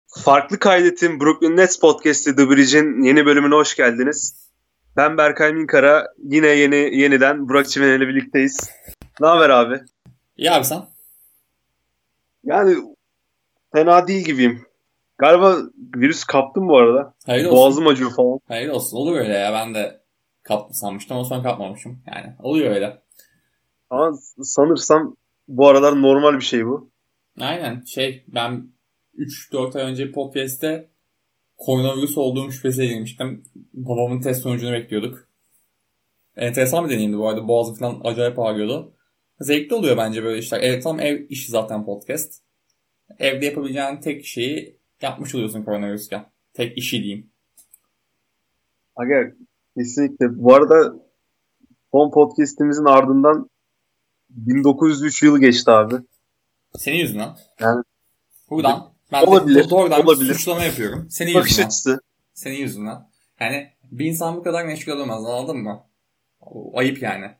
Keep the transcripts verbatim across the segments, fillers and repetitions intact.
Farklı Kaydet'in Brooklyn Nets Podcast'i The Bridge'in yeni bölümüne hoş geldiniz. Ben Berkay Minkara, yine yeni yeniden Burak Çimen ile birlikteyiz. Ne haber abi? İyi abi sen? Yani fena değil gibiyim. Galiba virüs kaptım bu arada. Hayırlı olsun. Boğazım acıyor falan. Hayırlı olsun. Oluyor öyle ya. Ben de kaptım sanmıştım ama sonra kapmamışım. Yani oluyor öyle. Ama sanırsam bu aralar normal bir şey bu. Aynen şey ben üç dört ay önce podcast'te koronavirüs olduğum şüphesiyle girmiştim. Babamın test sonucunu bekliyorduk. Enteresan bir deneyimdi bu arada. Boğazım falan acayip ağrıyordu. Zevkli oluyor bence böyle işler. Evet, tam ev işi zaten podcast. Evde yapabileceğin tek şeyi yapmış oluyorsun koronavirüsken. Tek işi diyeyim. Aga kesinlikle. Bu arada son podcast'imizin ardından bin dokuz yüz üç yılı geçti abi. Senin yüzünden. Yani Buradan ben de olabilir, do- doğrudan bir olabilir. suçlama yapıyorum. Senin Bakış yüzünden. açısı. Senin yüzünden. Yani bir insan bu kadar meşgul olamaz, anladın mı? O, ayıp yani.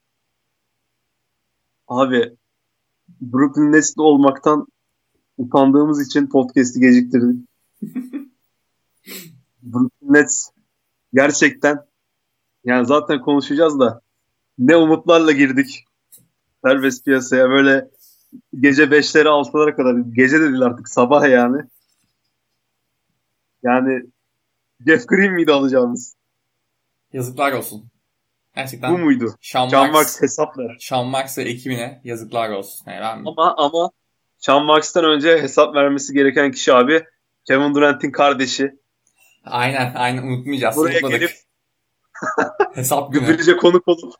Abi Brooklyn Nets'li olmaktan utandığımız için podcast'i geciktirdik. Brooklyn Nets gerçekten, yani zaten konuşacağız da, ne umutlarla girdik serbest piyasaya, böyle gece beşlere altılara kadar, gece de değil artık, sabah yani. Yani Jeff Green miydi alacağımız? Yazıklar olsun. Bu Gerçekten muydu? Sean Sean Marks, Marks hesaplar. Sean Marks ve ekibine yazıklar olsun. Yani ben Ama ama Sean Marks'tan önce hesap vermesi gereken kişi abi Kevin Durant'in kardeşi. aynen aynen unutmayacağız. Buraya gelip Unutmadık. Hesap The günü. Bridge'e konuk olup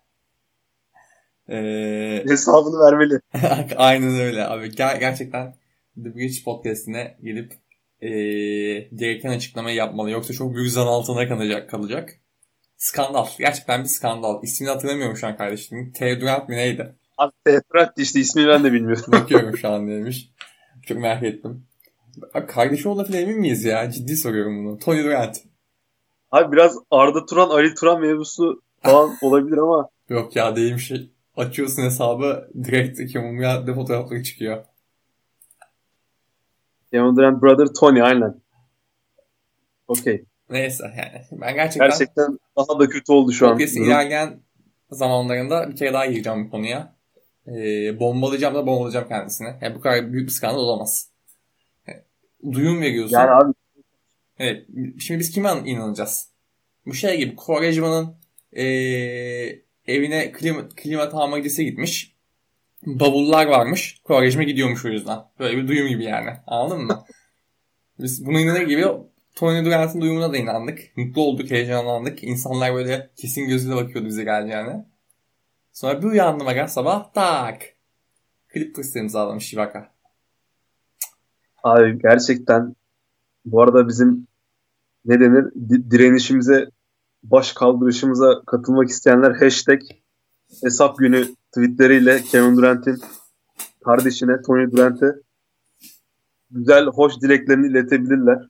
Ee, hesabını vermeli. aynen öyle abi. Ger- gerçekten The Bridge Podcast'ine gelip ee, gereken açıklamayı yapmalı. Yoksa çok büyük zan altında kalacak. kalacak. Skandal. Gerçekten bir skandal. İsmini hatırlamıyorum şu an kardeşim. T. Durant mi neydi? Abi Durant işte, ismini ben de bilmiyorum. Bakıyorum şu an neymiş. Çok merak ettim. Abi kardeşi olabilir, emin miyiz ya? Ciddi soruyorum bunu. Tony Durant. Abi biraz Arda Turan, Ali Turan mevzusu falan olabilir ama Yok ya, değilmiş. Açıyorsun hesabı, direkt iki mumya fotoğrafları çıkıyor. Kevin Durant brother Tony, aynen. Okey. Neyse yani. Ben gerçekten Gerçekten daha da kötü oldu şu an podcast'in durum. ilerleyen zamanlarında bir kere daha gireceğim bu konuya. Ee, bombalayacağım da bombalayacağım kendisini. Yani bu kadar büyük bir skandal olamaz. Yani duyum Yani veriyorsun. abi Evet. Şimdi biz kime inanacağız? Bu şey gibi, Quaresma'nın eee evine klima, klima tamircisi gitmiş. Bavullar varmış. Quaresma gidiyormuş o yüzden. Böyle bir duyum gibi yani. Anladın mı? Biz buna inanır gibi Tony Durant'ın duyumuna da inandık. Mutlu olduk, heyecanlandık. İnsanlar böyle kesin gözüyle bakıyordu bize geleceğine. Sonra bir uyandım aga sabah, tak. Clippers'ı imzalamış Ibaka. abi gerçekten, bu arada bizim ne denir, di- direnişimize, baş kaldırışımıza katılmak isteyenler hashtag hesap günü tweetleriyle Kevin Durant'in kardeşine Tony Durant'e güzel, hoş dileklerini iletebilirler.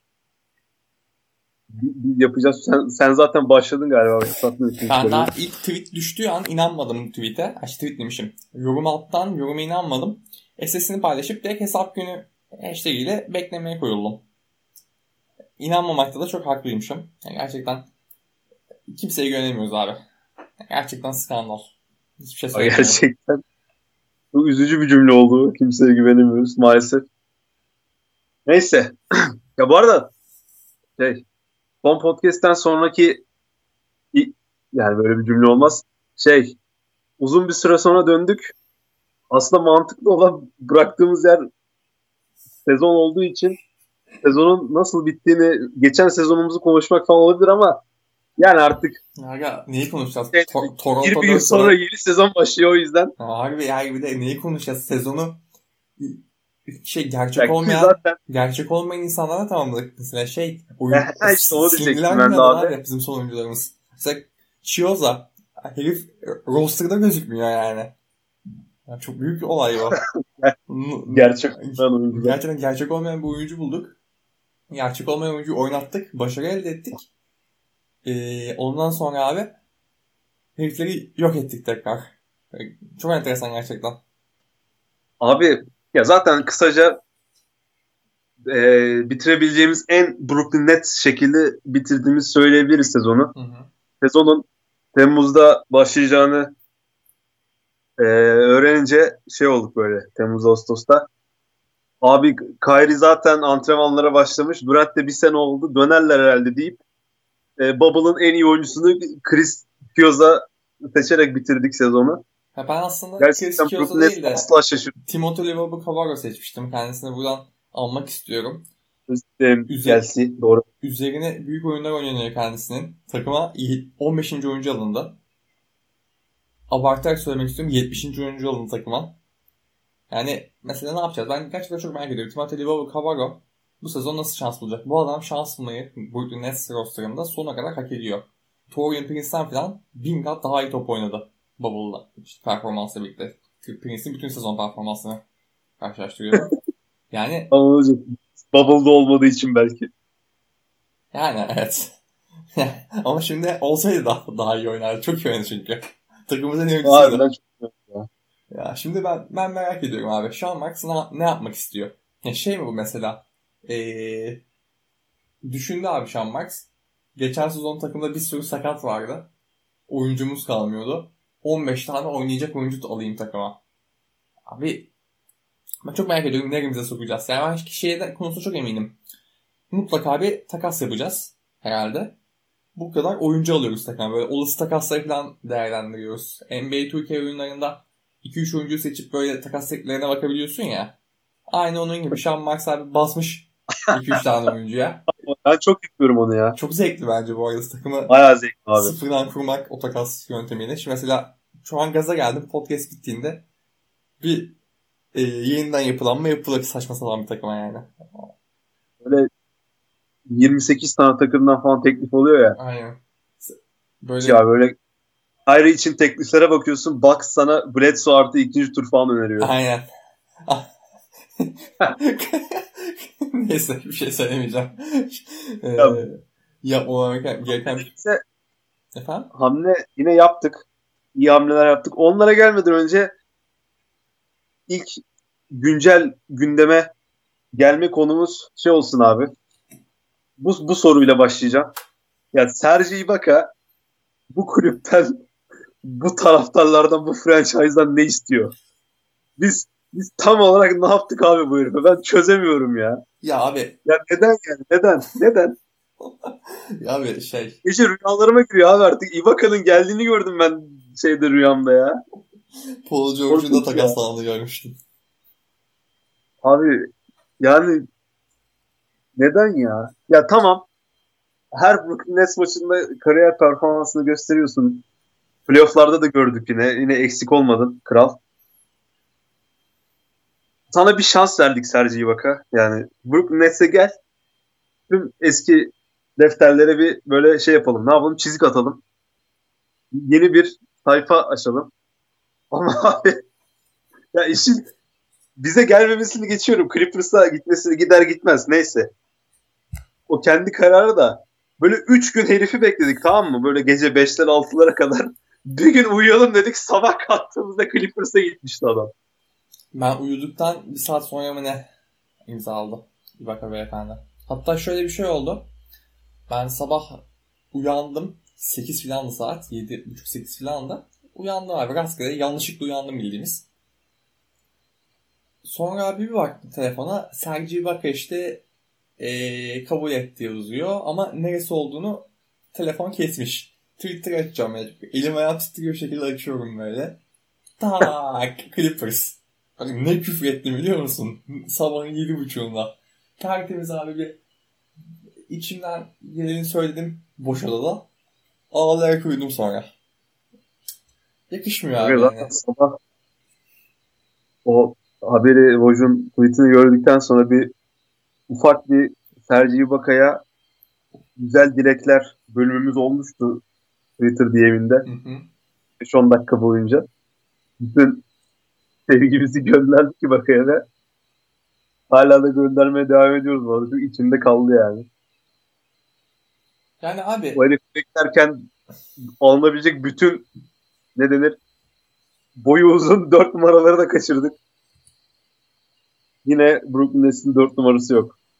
Biz yapacağız. Sen, sen zaten başladın galiba hesap günü Ben daha tweetlerini. ilk tweet düştüğü an inanmadım tweet'e. Ay, tweet demişim. Yorum alttan yoruma inanmadım. S S'ini paylaşıp direkt hesap günü hashtag ile beklemeye koyuldum. İnanmamakta da çok haklıymışım. Yani gerçekten kimseye güvenemiyoruz abi. Gerçekten skandal. Hiçbir şey Ay, söylemiyorum. gerçekten çok üzücü bir cümle oldu. Kimseye güvenemiyoruz maalesef. Neyse. Ya bu arada şey, son podcast'ten sonraki, yani böyle bir cümle olmaz. Şey, uzun bir süre sonra döndük. Aslında mantıklı olan, bıraktığımız yer sezon olduğu için sezonun nasıl bittiğini, geçen sezonumuzu konuşmak falan olabilir ama yani artık Ya, neyi konuşacağız? şey, To- yirmi Toronto gün sonra dört. yeni sezon başlıyor o yüzden. Harbi ya, bir de neyi konuşacağız? Sezonu şey gerçek Ya ki olmayan zaten gerçek olmayan insanlara tamamladık. Mesela şey oyun işte onu diyecektim sinirlenmiyor ben de adam abi. abi, bizim son oyuncularımız. Mesela Chioza, herif roster'da gözükmüyor yani. Yani çok büyük bir olay o. Gerçek olmayan oyuncular. Gerçekten gerçek olmayan bir oyuncu bulduk. Gerçek olmayan oyuncuyu oynattık. Başarı elde ettik. Ee, ondan sonra abi herifleri yok ettik tekrar. Çok enteresan gerçekten. Abi ya zaten kısaca e, bitirebileceğimiz en Brooklyn Nets şekilde bitirdiğimiz söyleyebiliriz sezonu. Hı hı. Sezonun Temmuz'da başlayacağını e, öğrenince şey olduk böyle Temmuz Ağustos'ta. Abi Kyrie zaten antrenmanlara başlamış. Durant de bir sene oldu. Dönerler herhalde deyip e, Bubble'ın en iyi oyuncusunu Chris Chioz'a seçerek bitirdik sezonu. Ha, ben aslında Chris Gerçekten Chioz'a Brooklyn Nets değil de asla şaşırdım. Timothy Luwawu-Cabarro seçmiştim. Kendisini buradan almak istiyorum. Üzer- Gelsi doğru. Üzerine büyük oyunlar oynanıyor kendisinin. Takıma on beşinci oyuncu alındı. Abartarak söylemek istiyorum. yetmişinci oyuncu alındı takıma. Yani mesela ne yapacağız? Ben gerçekten çok merak ediyorum. Timothy Luwawu-Cabarro bu sezon nasıl şans bulacak? Bu adam şans bulmayı Brooklyn Nets rosterında sonuna kadar hak ediyor. Torian Prince'den falan bin kat daha iyi top oynadı Bubble'la. İşte performansla birlikte. Prince'in bütün sezon performansını karşılaştırıyorum. Yani Anladım. Bubble'da olmadığı için belki. yani evet. Ama şimdi olsaydı daha, daha iyi oynardı. Çok iyi oynadı çünkü. Takımımızın en oyuncusuydu. Harbiden çok ya. Ya şimdi ben ben merak ediyorum abi. Sean Marks ne, ne yapmak istiyor? Ya şey mi bu mesela? Ee, düşündü abi Sean Marks. Geçen sezon takımda bir sürü sakat vardı. Oyuncumuz kalmıyordu. on beş tane oynayacak oyuncu alayım takıma. Abi ben çok merak ediyorum neremize sokacağız. Yani ben şeye konusunda çok eminim. Mutlaka bir takas yapacağız herhalde. Bu kadar oyuncu alıyoruz takıma. Böyle olası takasları falan değerlendiriyoruz. N B A Türkiye oyunlarında iki üç oyuncuyu seçip böyle takas tekliflerine bakabiliyorsun ya. Aynı onun gibi Sean Marks abi basmış iki üç tane oyuncuya. Ben çok istiyorum onu ya. Çok zevkli bence bu arada takımı Bayağı zevkli abi. sıfırdan kurmak o takas yöntemiyle. Şimdi mesela şu an gaza geldim. Podcast bittiğinde bir e, yeniden yapılanma yapılır saçma sapan bir takıma yani. Böyle yirmi sekiz tane takımdan falan teklif oluyor ya. Aynen. Böyle Ya böyle ayrı için tekliflere bakıyorsun. Bucks sana Bledsoe artı ikinci tur falan öneriyor. aynen. Neyse bir şey söylemeyeceğim. ee, yapmamam gereken bir Neyse, efendim? hamle yine yaptık. İyi hamleler yaptık. Onlara gelmeden önce ilk güncel gündeme gelme konumuz şey olsun abi. Bu, bu soruyla başlayacağım. Ya Serge Ibaka bu kulüpten, bu taraftarlardan, bu franchise'dan ne istiyor? Biz biz tam olarak ne yaptık abi bu herife? Ben çözemiyorum ya. Ya abi. Ya neden yani? Neden? Neden? ya abi şey. Gece rüyalarıma giriyor abi artık. Ibaka'nın geldiğini gördüm ben şeyde rüyamda ya. Paul George'un da takaslandığını görmüştüm. Abi yani neden ya? Ya tamam. Her Brooklyn Nets maçında kariyer performansını gösteriyorsun. Playoff'larda da gördük yine. Yine eksik olmadın kral. Sana bir şans verdik Serge Ibaka. Yani Brooklyn Nets'e gel. Tüm eski defterlere bir böyle şey yapalım. Ne yapalım? Çizik atalım. Yeni bir sayfa açalım. Ama abi ya işin bize gelmemesini geçiyorum. Clippers'a gitmesi gider gitmez. Neyse. O kendi kararı da böyle üç gün herifi bekledik, tamam mı? Böyle gece beşler altılara kadar. Bir gün uyuyalım dedik. Sabah kalktığımızda Clippers'a gitmişti adam. Ben uyuduktan bir saat sonra mı ne imza aldı Ibaka beyefendi. Hatta şöyle bir şey oldu. Ben sabah uyandım. sekiz filandı saat. yedi buçuk sekiz filandı. Uyandım abi. Rastgele yanlışlıkla uyandım bildiğimiz. Sonra abi bir baktım telefona. Serge Ibaka işte ee, kabul etti yazıyor. Ama neresi olduğunu telefon kesmiş. Twitter açacağım. Yani. Elim ayağım titriyor şekilde açıyorum böyle. Tak! Clippers. Hani ne küfür ettim biliyor musun? Sabahın yedi buçuğunda. Tertemiz abi bir içimden geleni söyledim boş odada. Ağlayarak uyudum sonra. Yakışmıyor abi Zaten yani. sabah o haberi, Woj'un tweetini gördükten sonra bir ufak bir Serge Ibaka'ya güzel dilekler bölümümüz olmuştu Twitter D M'inde. Hı hı. beş on dakika boyunca. Bütün sevgimizi gönderdik Ibaka'ya ve hala da göndermeye devam ediyoruz bu arada. Çünkü içimde kaldı yani. Yani abi. O herifi beklerken alınabilecek bütün ne denir boyu uzun dört numaraları da kaçırdık. Yine Brooklyn Nets'in dört numarası yok.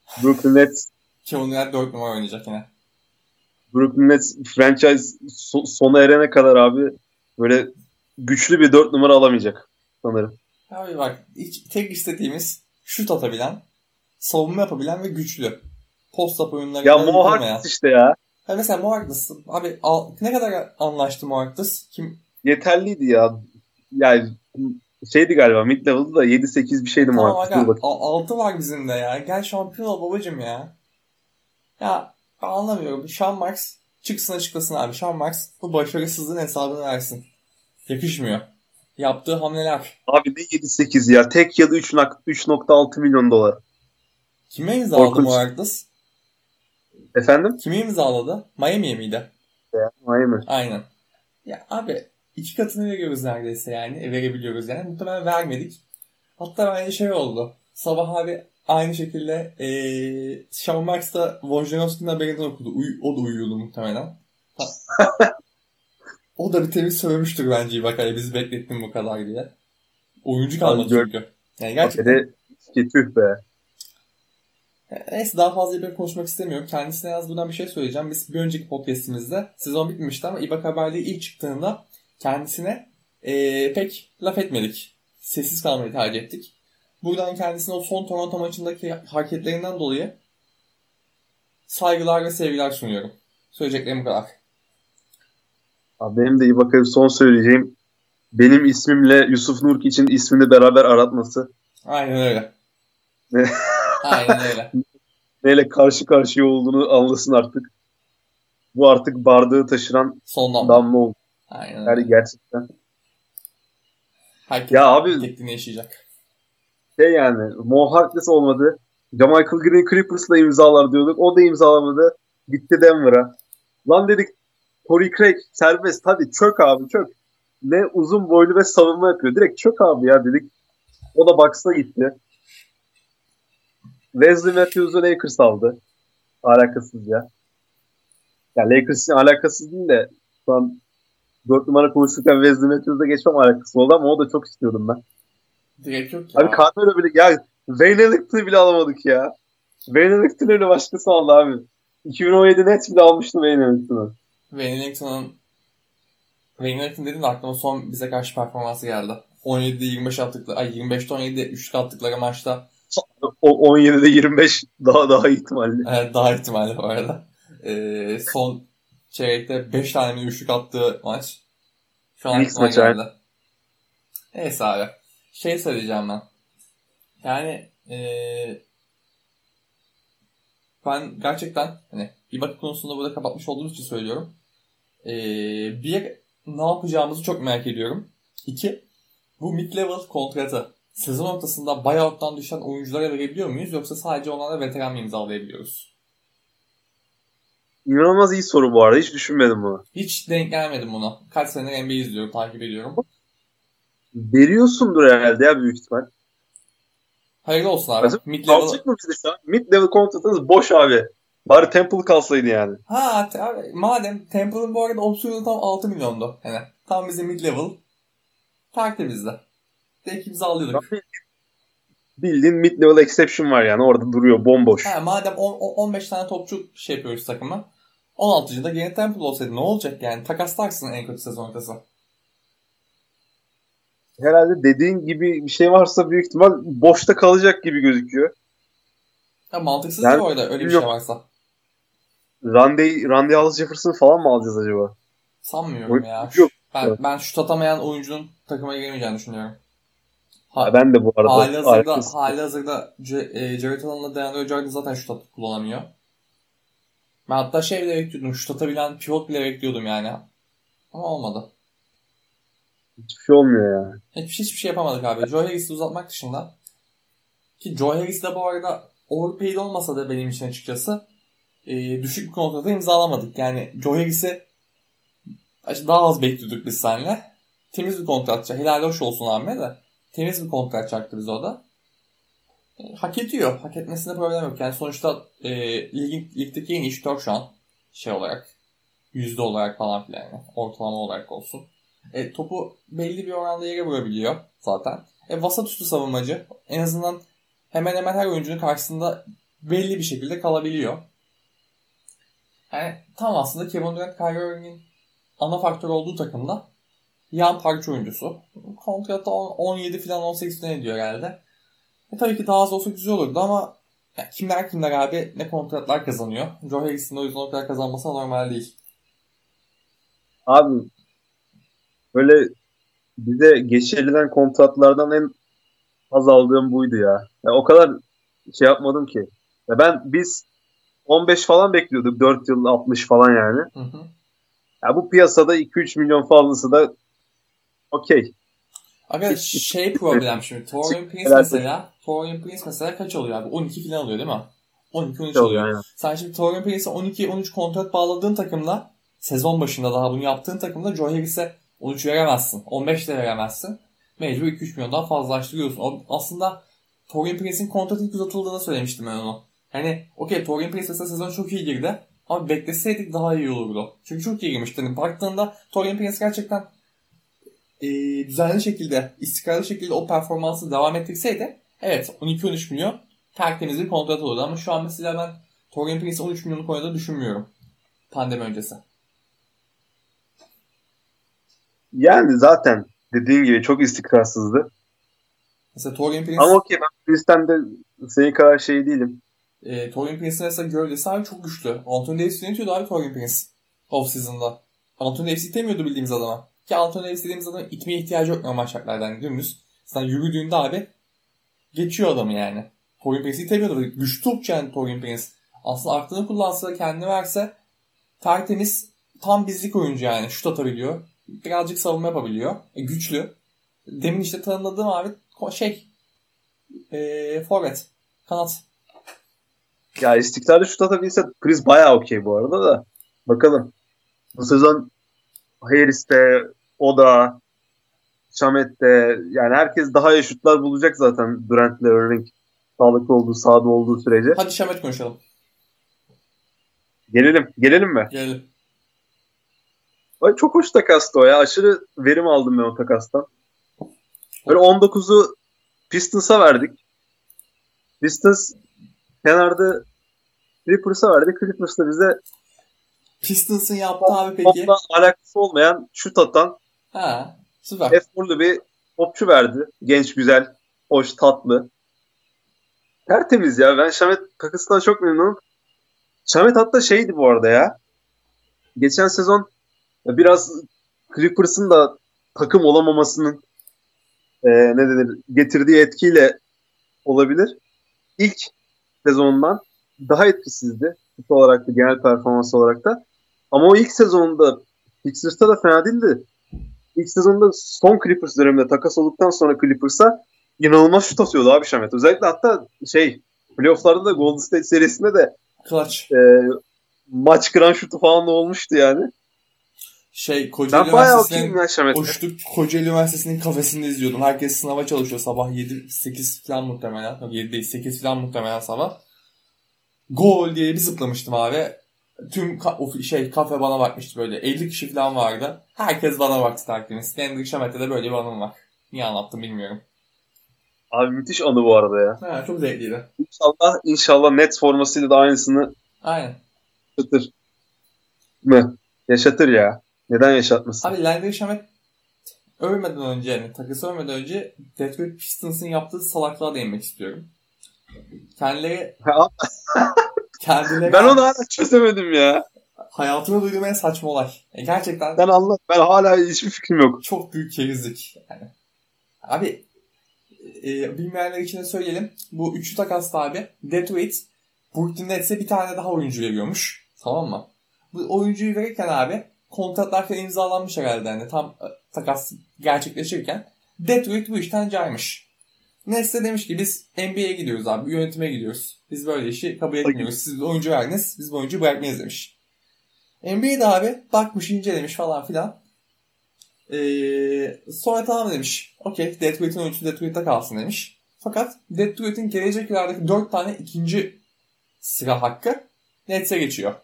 Brooklyn Nets Kevin Durant dört numara oynayacak yine. Brooklyn Nets franchise so- sona erene kadar abi böyle güçlü bir dört numara alamayacak sanırım. Abi bak hiç, tek istediğimiz şut atabilen, savunma yapabilen ve güçlü. Post-up Ya oyunlarında Mo yıkılmayan. Harkless işte ya. Ha mesela Mo Harkless. Abi al, ne kadar anlaştı Mo Harkless? Kim? Yeterliydi ya. Yani şeydi galiba mid level'da da yedi sekiz bir şeydi Mo Tamam Harkless. Dur aga bakayım. altı var bizim de ya. Gel şampiyon ol babacım ya. Ya ben anlamıyorum. Sean Marks çıksın açıklasın abi. Sean Marks bu başarısızlığın hesabını versin. Yakışmıyor. Yaptığı hamleler. Abi ne yedi sekiz ya. Tek ya da üç nokta altı milyon dolar. Kime imzaladı Mo Korkunç. Harkless? Efendim? Kime imzaladı? Miami'ye miydi? Ya, Miami. Aynen. Ya abi iki katını veriyoruz neredeyse yani. E, verebiliyoruz yani. Muhtemelen vermedik. Hatta bence şey oldu. Sabah abi aynı şekilde ee, Sean Marks da Wojnarowski'nin haberinden okudu. Uy- o da uyuyordu muhtemelen. Ha. O da bir temiz sövmüştür bence Ibaka'ya. Bizi beklettin bu kadar diye. Oyuncu Abi kalmadı gör çünkü. Yani gerçekten. haberi tüh be. Neyse daha fazla Ibaka konuşmak istemiyorum. Kendisine yaz buradan bir şey söyleyeceğim. Biz bir önceki podcastimizde sezon bitmemişti ama Ibaka haberliği ilk çıktığında kendisine ee, pek laf etmedik. Sessiz kalmayı tercih ettik. Buradan kendisine o son Toronto maçındaki hareketlerinden dolayı saygılar ve sevgiler sunuyorum. Söyleyeceklerim bu kadar. Abi benim de Ibaka'ya son söyleyeceğim. Benim ismimle Yusuf Nurkiç'in ismini beraber aratması. Aynen öyle. Aynen öyle. Neyle karşı karşıya olduğunu anlasın artık. Bu artık bardağı taşıran Son damla. damla oldu. Aynen Yani öyle. gerçekten. Herkes Ya abi tekniğini yaşayacak. şey yani Mo Harkless olmadı. Jamichael Green Clippers'la imzalar diyorduk. O da imzalamadı. Gitti Denver'a. Lan dedik Torrey Craig serbest. Hadi çök abi çök. Ne uzun boylu ve savunma yapıyor. Direkt çök abi ya dedik. O da Bucks'a gitti. Wesley Matthews'u Lakers aldı. Alakasız ya. Ya Lakers'ın alakasız değil de şu an dört numara konuşurken Wesley Matthews'a geçmem alakası oldu ama o da çok istiyordum ben. Direkt yok ya. Abi Carmelo bile ya Wayne Ellington'ı bile alamadık ya. Wayne Ellington öyle başkası aldı abi. iki bin on yedi Nets bile almıştı Wayne Ellington'ı. Wayne Ellington'ın Wayne Ellington dediğinde aklıma son bize karşı performansı geldi. on yedide yirmi beş attıkları, ay yirmi beşte on yedide üçlük attıkları maçta O on yedide yirmi beş daha daha ihtimalli. evet, daha ihtimalle bu arada. Ee, son çeyrekte beş tane mi üçlük attığı maç. Şu an Knicks aklıma maçı geldi. Neyse abi. Şey söyleyeceğim ben. Yani ee, ben gerçekten hani Ibaka konusunda burada kapatmış olduğumuz için söylüyorum. Ee, bir, ne yapacağımızı çok merak ediyorum. İki, bu mid-level kontratı sezon ortasında buyout'tan düşen oyunculara verebiliyor muyuz? Yoksa sadece onlara veteran mı imzalayabiliyoruz? İnanılmaz iyi soru bu arada. Hiç düşünmedim bunu. Hiç denk gelmedim buna. Kaç senedir N B A izliyorum, takip ediyorum. Veriyorsundur herhalde ya büyük ihtimal. Hayırlı olsun abi. Mesela Mid-level... kalacak mı bizde şu an? Mid-level kontratınız boş abi. Bari Temple kalsaydı yani. Ha abi, madem Temple'ın bu arada opsiyonu tam altı milyondu. Yani tam bizim mid-level. Farklı bizde. Direkt imzalıyorduk. Bildiğin mid-level exception var yani. Orada duruyor bomboş. Ha, madem on, on beş tane topçu şey yapıyoruz takıma. on altıncıda yeni Temple olsaydı ne olacak yani? Takaslarsın en kötü sezon ortası. Herhalde dediğin gibi bir şey varsa büyük ihtimal boşta kalacak gibi gözüküyor. Ya mantıksız Yani, değil bu arada öyle bir şey varsa. Randy, Randy Hollis Jefferson falan mı alacağız acaba? Sanmıyorum O, ya. yok. Ben, ben şut atamayan oyuncunun takıma giremeyeceğini düşünüyorum. Ha, Ben de bu arada. hali hazırda, Arkası. hali hazırda C- e, Jared Allen'la DeAndre Jordan zaten şut atıp kullanamıyor. Ben hatta şey bile bekliyordum. Şut atabilen pivot bile bekliyordum yani. Ama olmadı. Hiçbir şey olmuyor ya. Hiç, hiçbir şey yapamadık abi. Joe Harris'i uzatmak dışında. Ki Joe Harris de bu arada overpaid olmasa da benim için açıkçası e, düşük bir kontratı imzalamadık. Yani Joe Harris'i daha az bekliyorduk biz seninle. Temiz bir kontrat. Helal hoş olsun abime de. Temiz bir kontrat çaktı bize o da. E, hak ediyor. Hak etmesinde problem yok. Yani sonuçta e, ligin, ligdeki en iyi şutör şu an. Şey olarak. Yüzde olarak falan filan yani. Ortalama olarak olsun. E, topu belli bir oranda yere vurabiliyor zaten. E, vasat üstü savunmacı. En azından hemen hemen her oyuncunun karşısında belli bir şekilde kalabiliyor. Yani tam aslında Kevin Durant, Kyrie Irving'in ana faktör olduğu takımda yan parça oyuncusu. Kontratı on yedi falan on sekiz falan ediyor herhalde. E tabii ki daha az olsa güzel olurdu ama ya kimler kimler abi ne kontratlar kazanıyor. Joe Harris'in o yüzden o kadar kazanması normal değil. Abi böyle bize geçirilen kontratlardan en az aldığım buydu ya. Ya o kadar şey yapmadım ki. Ya ben biz on beş falan bekliyorduk. dört yıl altmış falan yani. Hı hı. Ya bu piyasada iki üç milyon fazlası da okey. Aga şey problem şimdi. Torian Prince mesela Torian Prince mesela kaç alıyor abi? on iki falan alıyor değil mi? on iki on üç alıyor. Yani. Sen şimdi Torian Prince'e on iki on üç kontrat bağladığın takımla sezon başında daha bunu yaptığın takımda Joe Harris'e on üç veremezsin. on beş de veremezsin. Mecbur iki üç milyondan fazlalaştırıyorsun. O, aslında Torian Prince'in kontratı ilk uzatıldığını söylemiştim ben onu. Hani okey Torian Prince mesela sezon çok iyi girdi. Ama bekleseydik daha iyi olurdu. Çünkü çok iyi girmişti. Yani baktığında Torian Prince gerçekten e, düzenli şekilde, istikrarlı şekilde o performansı devam ettirseydi evet on iki on üç milyon tertemiz bir kontrat olurdu. Ama şu an mesela ben Torian Prince'in on üç milyonluk oynadığını düşünmüyorum. Pandemi öncesi. Yani zaten dediğin gibi çok istikrarsızdı. Mesela Torian Prince Ama okey ben Prince'ten de senin kadar şey değilim. e, Torian Prince'in mesela gövdesi abi çok güçlü. Anthony Davis yönetiyordu abi Torian Prince. Off-season'da. Anthony Davis itemiyordu bildiğimiz adama. Ki Anthony Davis dediğimiz adama itmeye ihtiyacı yok normal şartlarda. Yani dümdüz. Sen yürüdüğünde abi geçiyor adamı yani. Torian Prince itemiyordu. Güçlü topçu yani Torian Prince. Aslında aklını kullansa kendini verse tertemiz tam bizlik oyuncu yani. Şut atabiliyor. Birazcık savunma yapabiliyor. E, güçlü. Demin işte tanımladığım abi şey ee, forvet. Kanat. Ya istikrarlı şut atabilse Chris bayağı okey bu arada da. Bakalım. Bu sezon Harris'te, Oda, Shamet'te yani herkes daha iyi şutlar bulacak zaten Durant'le Irving sağlıklı olduğu, sahada olduğu sürece. Hadi Shamet konuşalım. Gelelim. Gelelim mi? Gelelim. Ay, çok hoş takastı o ya. Aşırı verim aldım ben o takastan. Böyle on dokuzu Pistons'a verdik. Pistons kenarda Clippers'a verdi. Clippers da bize Pistons'ın yaptığı abi peki. topla alakası olmayan şut atan Ha, süper. eforlu bir topçu verdi. Genç, güzel, hoş, tatlı. Tertemiz ya. Ben Şamet takısından çok memnunum. Şamet hatta şeydi bu arada ya. Geçen sezon biraz Clippers'ın da takım olamamasının e, ne denir getirdiği etkiyle olabilir. İlk sezonundan daha etkisizdi. Tip olarak da genel performans olarak da. Ama o ilk sezonunda Sixers'ta da fena değildi. İlk sezonda son Clippers döneminde takas olduktan sonra Clippers'a inanılmaz şut atıyordu abi Şamet. Özellikle hatta şey playoff'larda da Golden State serisinde de Clutch. e, maç kıran şutu falan da olmuştu yani. Şey Kocaeli Ben bayağı okuyayım Üniversitesi'nin ya Şamet'e. o şutu Kocaeli Üniversitesi'nin kafesinde izliyordum. Herkes sınava çalışıyor sabah yedi sekiz falan muhtemelen. Yok yedi değil sekiz falan muhtemelen sabah. Gol diye bir zıplamıştım abi. Tüm ka- o şey kafe bana bakmıştı böyle. elli kişi falan vardı. Herkes bana baktı tertemiz. Kendrick Shamet'te de böyle bir anım var. Niye anlattım bilmiyorum. Abi müthiş anı bu arada ya. Ha, çok zevkliydi. İnşallah, inşallah Nets formasıyla da aynısını Aynen. yaşatır mı? Yaşatır ya. Neden yaşatmasın? Abi Landry Shamet ölmeden önce yani takısı ölmeden önce Detroit Pistons'ın yaptığı salaklığa değinmek istiyorum. Kendileri kendileri Ben onu hala çözemedim ya. hayatımda duyduğum en saçma olay. E gerçekten Ben anlat. Ben hala hiçbir fikrim yok. çok büyük kerizlik. Yani. Abi e, bilmeyenler için de söyleyelim. Bu üçlü takasla abi Detroit Brooklyn Nets'e bir tane daha oyuncu veriyormuş. Tamam mı? Bu oyuncuyu verirken abi kontratlar falan imzalanmış herhalde. Yani tam e, takas gerçekleşirken Detroit bu işten caymış. Nets de demiş ki biz N B A'ye gidiyoruz abi. Yönetime gidiyoruz. Biz böyle işi kabul etmiyoruz. Siz oyuncu verdiniz. Biz bu oyuncuyu bırakmayız demiş. N B A'de abi bakmış incelemiş falan filan. Ee, sonra tamam demiş. Okey Detroit'in oyuncusu Detroit'te kalsın demiş. Fakat Detroit'in gelecek yıllardaki dört tane ikinci sıra hakkı Nets'e geçiyor.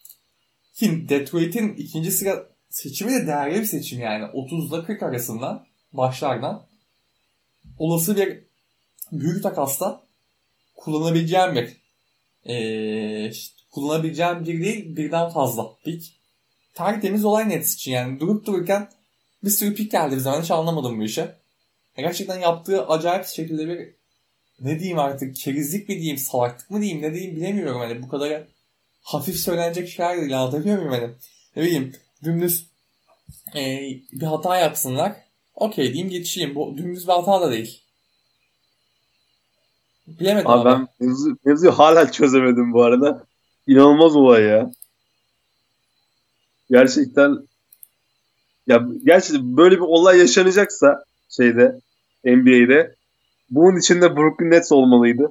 Ki Detroit'in ikinci sıra seçimi de değerli bir seçim yani. otuzla kırk arasından başlardan olası bir büyük takasta kullanabileceğim bir Ee, kullanabileceğim bir değil birden fazla pik. Tertemiz olay Nets için yani durup dururken bir sürü pik geldi bize. Ben hiç anlamadım bu işi. Gerçekten yaptığı acayip şekilde bir ne diyeyim artık kerizlik mi diyeyim salaklık mı diyeyim ne diyeyim bilemiyorum. Hani bu kadar hafif söylenecek şeyler değil anlatabiliyor muyum hani? Ne bileyim dümdüz e, bir hata yapsınlar. Okey diyeyim geçeyim. Bu dümdüz bir hata da değil. Bilemedim Abi abi. ben mevzu, mevzuyu hala çözemedim bu arada. İnanılmaz olay ya. Gerçekten ya gerçekten böyle bir olay yaşanacaksa şeyde N B A'de bunun içinde Brooklyn Nets olmalıydı.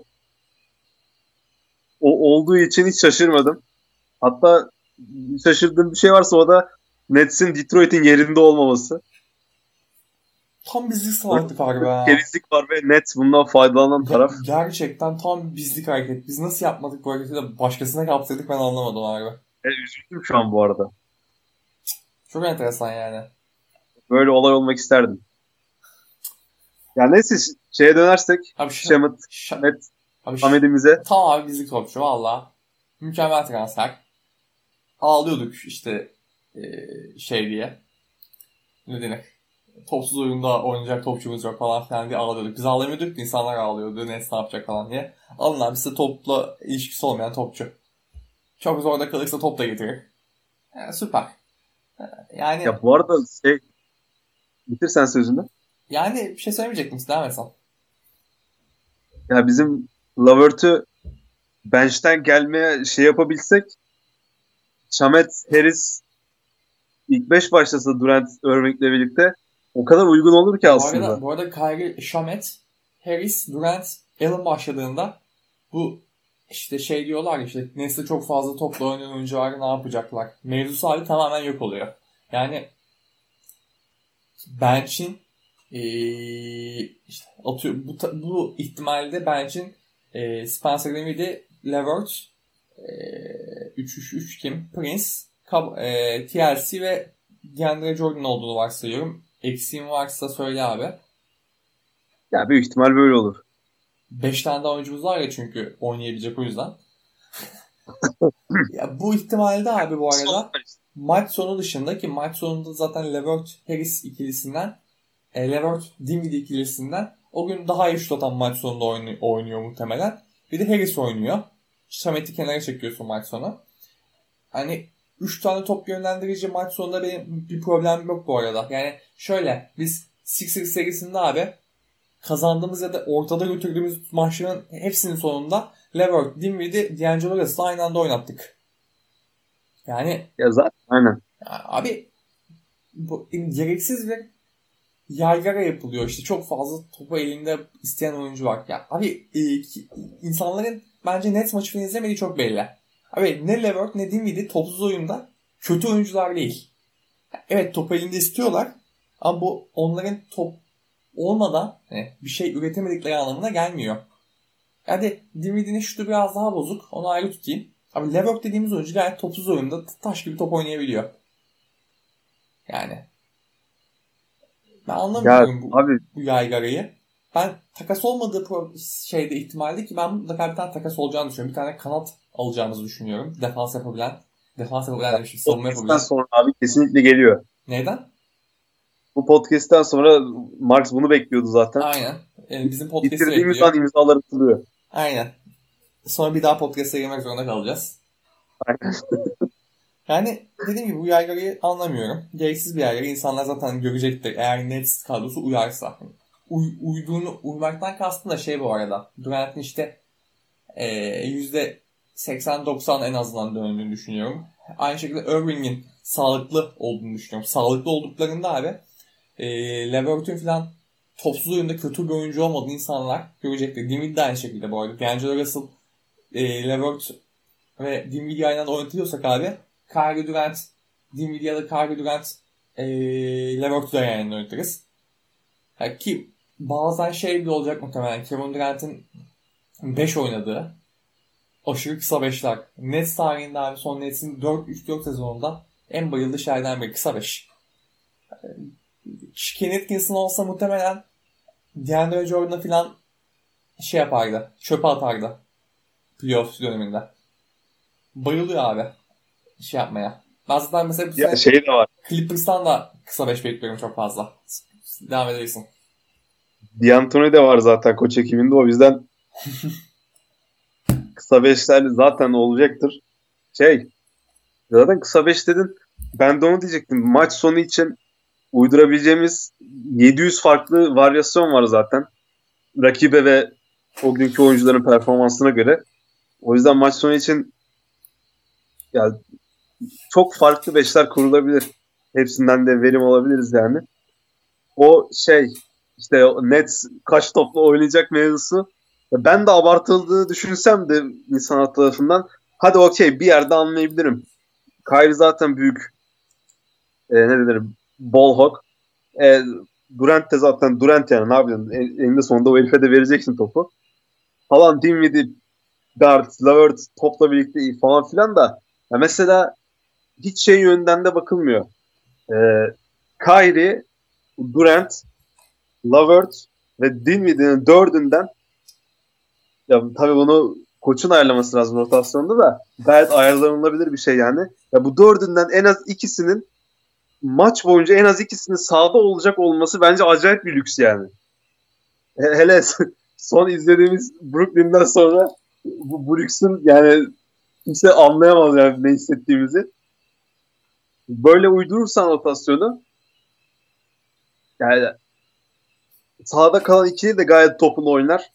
O olduğu için hiç şaşırmadım. Hatta şaşırdığım bir şey varsa o da Nets'in Detroit'in yerinde olmaması. Tam bizlik Böyle salaklık abi bir be. kerizlik var ve Nets bundan faydalanan taraf. Ger- gerçekten tam bizlik hareket. Biz nasıl yapmadık bu hareketi de başkasına kaptırdık ben anlamadım abi. E, üzüldüm şu an bu arada. Çok enteresan yani. Böyle olay olmak isterdim. Yani neyse şeye dönersek Abi şa- Şamit, şa- Met, abi ş- Hamidimize. tam abi bizlik topçu valla. Mükemmel transfer. Ağlıyorduk işte eee, şey diye. Ne denir? Topsuz oyunda oynayacak topçumuz yok falan filan diye ağlıyorduk. Biz ağlamıyorduk da insanlar ağlıyordu. Nets ne yapacak falan diye. Alın abi size topla ilişkisi olmayan topçu. Çok zorda kalırsa top da getirir. Yani süper. Yani Ya bu arada şey bitir sen sözünü. yani bir şey söylemeyecektim size devam etsen. Ya bizim Lavert'ü bench'ten gelmeye şey yapabilsek Shamet Harris ilk beş başlasa Durant Irving'le birlikte o kadar uygun olur ki Bu arada aslında. bu arada Kyrie, Shamet, Harris, Durant, Allen başladığında bu işte şey diyorlar ya işte Nets'te çok fazla topla oynayan oyuncular ne yapacaklar? Mevzusu abi tamamen yok oluyor. Yani bench'in ee, işte atıyor bu ta- bu ihtimalde bench'in ee, Spencer Dinwiddie, Levert, üç üç üç kim? Prince, Kab- ee, T L C ve DeAndre Jordan olduğunu varsayıyorum. Eksiğim varsa söyle abi. Ya büyük ihtimal böyle olur. beş tane daha oyuncumuz var ya çünkü oynayabilecek o yüzden. Ya bu ihtimalde abi bu arada maç sonu dışında ki maç sonunda zaten Levert Harris ikilisinden e, Levert Dinwiddie ikilisinden o gün daha iyi şut atan maç sonunda oynuyor, oynuyor muhtemelen. Bir de Harris oynuyor. Samet'i kenara çekiyorsun maç sonu. Hani üç tane top yönlendirici maç sonunda benim bir problemim yok bu arada. Yani şöyle biz Sixers serisinde abi kazandığımız ya da ortada götürdüğümüz maçların hepsinin sonunda Levert, Dinwiddie, D'Angelo Russell'ı aynı anda oynattık. Yani Ya zaten aynen. abi bu gereksiz bir yaygara yapılıyor. İşte çok fazla topu elinde isteyen oyuncu var. Ya abi e, ki- insanların bence net maçı falan izlemediği çok belli. Abi ne Levert ne Dinwiddie topsuz oyunda kötü oyuncular değil. Evet topu elinde istiyorlar ama bu onların top olmadan e, bir şey üretemedikleri anlamına gelmiyor. Hadi Dinwiddie'nin şutu biraz daha bozuk. Onu ayrı tutayım. Abi Levert dediğimiz oyuncu gayet topsuz oyunda taş gibi top oynayabiliyor. Yani ben Ya anlamıyorum bu, abi bu yaygarayı. Ben takas olmadığı pro- şeyde ihtimalde ki ben mutlaka bir tane takas olacağını düşünüyorum. Bir tane kanat alacağımızı düşünüyorum. Defans yapabilen. Defans yapabilen demişim. Savunma podcast'ten yapabilen. sonra abi kesinlikle geliyor. Neyden? Bu podcast'ten sonra Marx bunu bekliyordu zaten. Aynen. Yani bizim podcast'i Bitirdiğimiz bekliyor. an imzalar atılıyor. Aynen. Sonra bir daha podcast'a girmek zorunda kalacağız. Aynen. Yani dediğim gibi bu yaygarayı anlamıyorum. Gereksiz bir yaygara. İnsanlar zaten görecektir. Eğer Nets kadrosu uyarsa. Uy, uyduğunu, uymaktan kastım da şey bu arada. Durant'in işte e, yüzde seksen doksan en azından döndüğünü düşünüyorum. Aynı şekilde Irving'in sağlıklı olduğunu düşünüyorum. Sağlıklı olduklarında abi e, Levert'ün falan topsuz oyunda kötü bir oyuncu olmadığını insanlar görecektir. Dinwiddie de aynı şekilde bu arada. D'Angelo Russell, e, Levert ve Dinwiddie aynı anda oynatıyorsak abi Kyrie Durant, Dinwiddie ya da Kyrie Durant e, Levert'ü de yani oynatırız. Yani ki bazen şey bile olacak muhtemelen. Kevin Durant'in beş oynadığı aşırı kısa beşler. Nets tarihinde abi son Nets'in dört üç dört sezonunda en bayıldığı şeylerden biri kısa beş. Ken Atkinson olsa muhtemelen DeAndre Jordan'a falan şey yapardı. Çöpe atardı. playoff döneminde. Bayılıyor abi şey yapmaya. Ben zaten mesela bu Ya sene şey de var. Clippers'tan da kısa beş bekliyorum çok fazla. Devam edebilirsin. D'Antoni de var zaten koç ekibinde. O yüzden kısa beşler zaten olacaktır. Şey zaten kısa beş dedin. Ben de onu diyecektim. Maç sonu için uydurabileceğimiz yedi yüz farklı varyasyon var zaten. Rakibe ve o günkü oyuncuların performansına göre. O yüzden maç sonu için yani çok farklı beşler kurulabilir. Hepsinden de verim alabiliriz yani. O şey işte Nets kaç topla oynayacak mevzusu. Ben de abartıldığını düşünsem de insan tarafından hadi okey bir yerde anlayabilirim. Kyrie zaten büyük e, ne denir ball hawk. E, Durant de zaten Durant yani ne yapacaksın? En, eninde sonunda o herife de vereceksin topu. Falan Dinwiddie, Guard, Levert topla birlikte iyi falan filan da ya mesela hiç şey yönden de bakılmıyor. E, Kyrie, Durant, Levert ve Dinwiddie'nin dördünden ya tabii bunu koçun ayarlaması lazım rotasyonda da gayet ayarlanılabilir bir şey yani. Ya bu dördünden en az ikisinin maç boyunca en az ikisinin sahada olacak olması bence acayip bir lüks yani. Hele son izlediğimiz Brooklyn'den sonra bu, bu lüksün yani kimse anlayamaz yani ne hissettiğimizi. Böyle uydurursan rotasyonu yani sahada kalan ikili de gayet topunu oynar.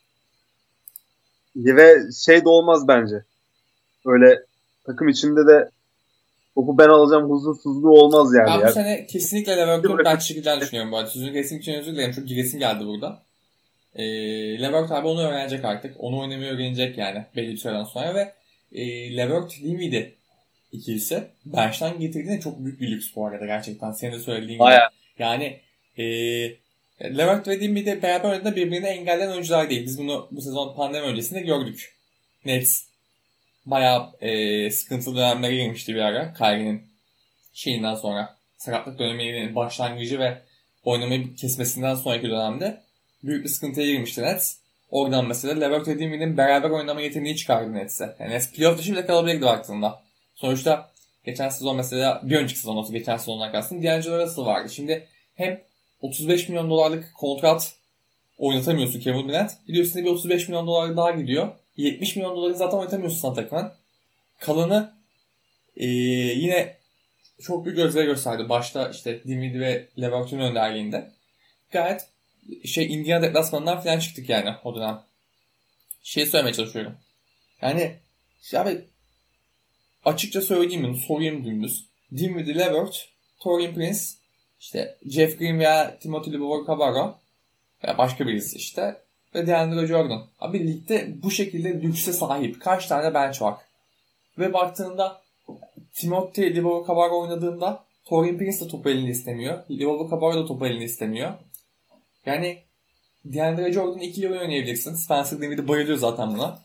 Ve şey de olmaz bence. Öyle takım içinde de topu ben alacağım huzursuzluğu olmaz yani. Ben bu Ya. sene kesinlikle Leverkusen'ın ben çıkacağını düşünüyorum bu arada. Sözünü kesmek için özür dilerim. Çok giresim geldi burada. E, Levert abi onu öğrenecek artık. Onu oynamayı öğrenecek yani belli bir süreden sonra ve e, Levert Dinwiddie ikilisi bench'ten getirdiğinde çok büyük bir lüks bu arada gerçekten. Senin de söylediğin gibi. Aya. Yani e, Levert ve Dinwiddie beraber oynadığında birbirini engelleyen oyuncular değil. Biz bunu bu sezon pandemi öncesinde gördük. Nets bayağı e, sıkıntılı dönemlere girmişti bir ara. Kyrie'nin şeyinden sonra sakatlık döneminin başlangıcı ve oynamayı kesmesinden sonraki dönemde büyük bir sıkıntıya girmişti Nets. Oradan mesela Levert ve Dinwiddie'nin beraber oynama yeteneği çıkardı Nets'e. Yani Nets playoff dışı bile kalabilirdi baktığında. Sonuçta geçen sezon mesela bir önceki sezon olsa geçen sezondan kalsın D'Angelo Russell vardı. Şimdi hem otuz beş milyon dolarlık kontrat oynatamıyorsun Kevin Durant. Bir de üstüne bir otuz beş milyon dolar daha gidiyor. yetmiş milyon doları zaten oynatamıyorsun sana takılan. Kalanı ee, yine çok büyük özveri gösterdi. Başta işte Dinwiddie ve Levert'ün önderliğinde. Gayet şey Indiana deplasmanından falan çıktık yani o dönem. Şey söylemeye çalışıyorum. Yani abi açıkça söyleyeyim mi? Sorayım dümdüz. Dinwiddie, Levert, Taurean Prince, işte Jeff Green veya Timothy Luwawu-Cabarrot veya başka birisi işte ve DeAndre Jordan. Abi ligde bu şekilde lükse sahip kaç tane bench var? Ve baktığında Timothy Luwawu-Cabarrot oynadığında Taurean Prince de topu elinde istemiyor. Luwawu-Cabarrot da topu elinde istemiyor. Yani DeAndre Jordan ikili oynayabilirsin. Spencer Dinwiddie bayılıyor zaten buna.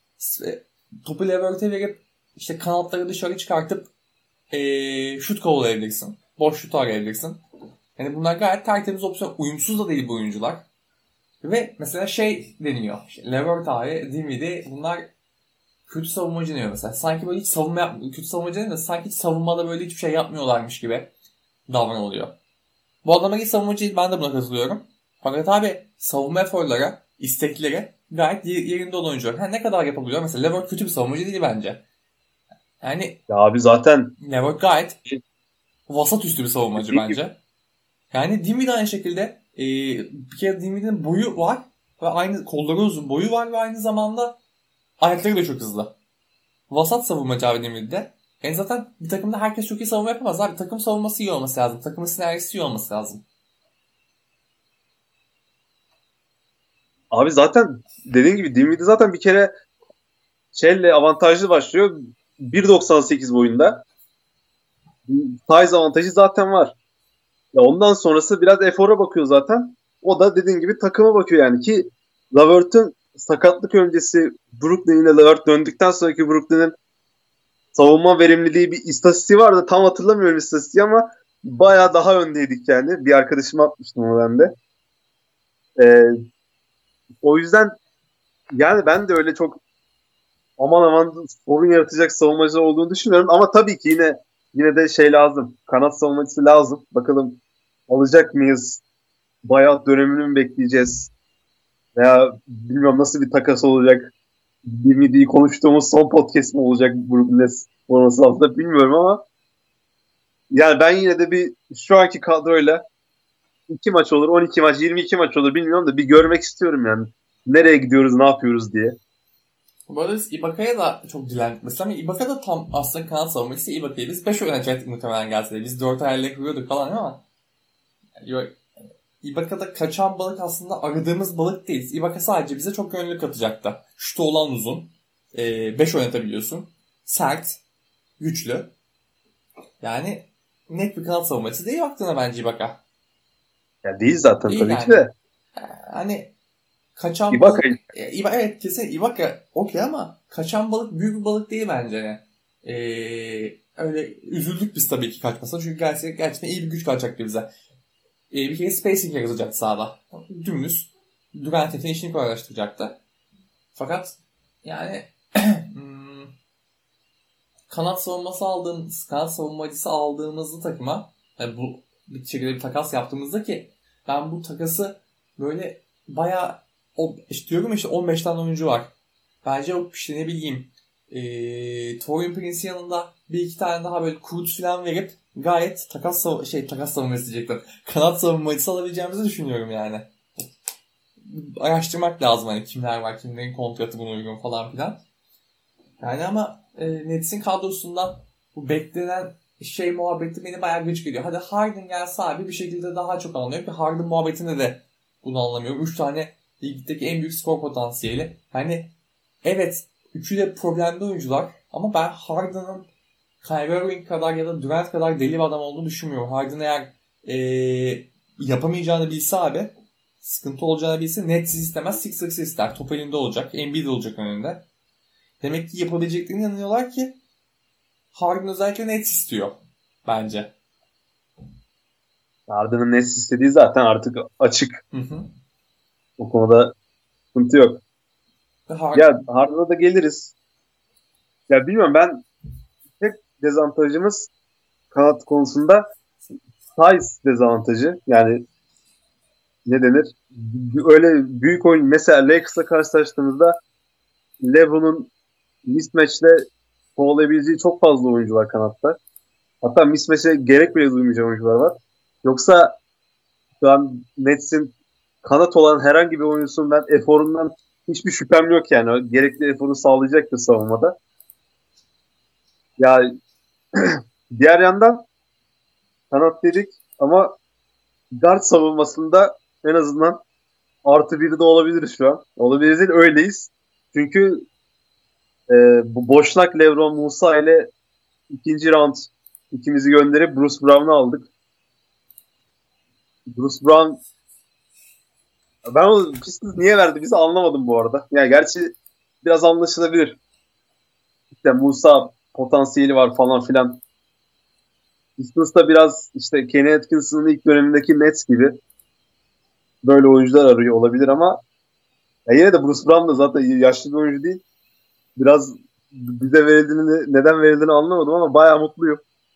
Topu Levert'e verip işte kanatları dışarı çıkartıp ee, şut kovalayabilirsin. Boş şut arayabilirsin. Yani bunlar gayet tertemiz opsiyon. Uyumsuz da değil bu oyuncular. Ve mesela şey deniyor. İşte Levert abi, Dinwiddie bunlar kötü savunmacı deniyor mesela. Sanki böyle hiç savunma yapmıyor. Kötü savunmacı deniyor da sanki hiç savunmada böyle hiçbir şey yapmıyorlarmış gibi davranılıyor. Bu adamlar hiç savunmacı değil. Ben de buna katılıyorum. Fakat abi savunma eforları, istekleri gayet yerinde olan oyuncular. Ha, ne kadar yapabiliyor? Mesela Levert kötü bir savunmacı değil bence. Yani Ya abi zaten Levert gayet vasat üstü bir savunmacı bence. Yani Dinwiddie aynı şekilde e, bir kere Dinwiddie'nin boyu var ve aynı kolları uzun boyu var ve aynı zamanda ayakları da çok hızlı. Vasat savunmacı abi Dinwiddie. Yani zaten bir takımda herkes çok iyi savunma yapamaz abi. Takım savunması iyi olması lazım. Takımın sinerjisi iyi olması lazım. abi zaten dediğin gibi Dinwiddie zaten bir kere şeyle avantajlı başlıyor. bir doksan sekiz boyunda. Size avantajı zaten var. Ya ondan sonrası biraz efora bakıyor zaten. O da dediğin gibi takıma bakıyor yani ki Levert'ün sakatlık öncesi Brooklyn'e Levert döndükten sonraki Brooklyn'in savunma verimliliği bir istatistiği vardı. Tam hatırlamıyorum istatistiği ama bayağı daha öndeydik yani. Bir arkadaşıma atmıştım o ben de. Ee, o yüzden yani ben de öyle çok aman aman sorun yaratacak savunmacı olduğunu düşünmüyorum. Ama tabii ki yine yine de şey lazım. Kanat savunmacısı lazım. Bakalım alacak mıyız? Buyout dönemini mi bekleyeceğiz? Veya bilmiyorum nasıl bir takas olacak. Bir midiyi konuştuğumuz son podcast mi olacak Brooklyn Nets forması altında bilmiyorum ama yani ben yine de bir şu anki kadroyla iki maç olur, on iki maç, yirmi iki maç olur bilmiyorum da bir görmek istiyorum yani. Nereye gidiyoruz, ne yapıyoruz diye. Bu arada biz Ibaka'ya da çok dilendik mesela. Ama Ibaka da tam aslında kanat savunmacısı. Ibaka'yı biz beş oynayacaktık muhtemelen gelse de. Biz dört ayarla kuruyorduk falan ama yani Ibaka'da kaçan balık aslında aradığımız balık değil. Ibaka sadece bize çok yönlü katacaktı. Şutu olan uzun. beş oynatabiliyorsun. Sert. Güçlü. Yani net bir kanat savunmacısı değil baktığına bence Ibaka. Ya değil zaten Değil tabii yani. ki de. Hani kaçan Ibaka. balık... E, Ibaka, evet kesin Ibaka okey ama kaçan balık büyük bir balık değil bence. Yani. Ee, öyle üzüldük biz tabii ki kaçmasına. Çünkü gerçekten, gerçekten iyi bir güç kaçacaktı bize. Ee, bir kere spacing yaratacaktı sahada. Dümdüz. Durant'in işini kolaylaştıracaktı. Fakat yani hmm, kanat savunması aldığımız, kanat savunmacısı aldığımızda takıma yani bu bir şekilde bir takas yaptığımızda ki ben bu takası böyle bayağı o, işte diyorum işte on beş tane oyuncu var. Bence o işte ne bileyim ee, Torian Prince'in yanında bir iki tane daha böyle kurt falan verip gayet takas sav- şey takas savunması diyecektim. Kanat savunmacısı alabileceğimizi düşünüyorum yani. Araştırmak lazım hani kimler var, kimlerin kontratı buna uygun falan filan. Yani ama e, Nets'in kadrosundan bu beklenen şey muhabbeti beni bayağı güç geliyor. Hadi Harden gelse abi bir şekilde daha çok anlıyorum ki Harden muhabbetinde de bunu anlamıyorum. Üç tane ligdeki en büyük skor potansiyeli. Yani evet üçü de problemli oyuncular ama ben Harden'ın Kyrie Irving kadar ya da Durant kadar deli bir adam olduğunu düşünmüyorum. Harden eğer e, yapamayacağını bilse abi sıkıntı olacağını bilse Nets'i istemez Sixers'ı ister. Top elinde olacak. Embiid olacak önünde. Demek ki yapabileceklerini inanıyorlar ki Harden özellikle Nets istiyor. Bence. Harden'ın Nets istediği zaten artık açık. Hı hı. O konuda sıkıntı yok. Harden... Ya Harden'a da geliriz. Ya bilmiyorum ben tek dezavantajımız kanat konusunda size dezavantajı. Yani ne denir? Öyle büyük oyun mesela Lakers'la karşılaştığımızda LeBron'un mismatch'le kovalayabileceği çok fazla oyuncu var kanatta. Hatta mismatch'e gerek bile duymayacak oyuncular var. Yoksa şu an Nets'in kanat olan herhangi bir oyuncusundan, eforundan hiçbir şüphem yok yani. Gerekli eforu sağlayacaktır savunmada. Ya diğer yandan kanat dedik ama guard savunmasında en azından artı biri de olabiliriz şu an. Olabiliriz değil, öyleyiz. Çünkü e, bu Boşnak, LeBron, Musa ile ikinci round ikimizi gönderip Bruce Brown'u aldık. Bruce Brown ben o Pistons niye verdi bizi anlamadım bu arada. Yani gerçi biraz anlaşılabilir. İşte Musa potansiyeli var falan filan. Pistons'ta biraz işte Kenny Atkinson'ın ilk dönemindeki Nets gibi böyle oyuncular arıyor olabilir ama ya yine de Bruce Brown da zaten yaşlı bir oyuncu değil. Biraz bize verildiğini, neden verildiğini anlamadım ama bayağı mutluyum.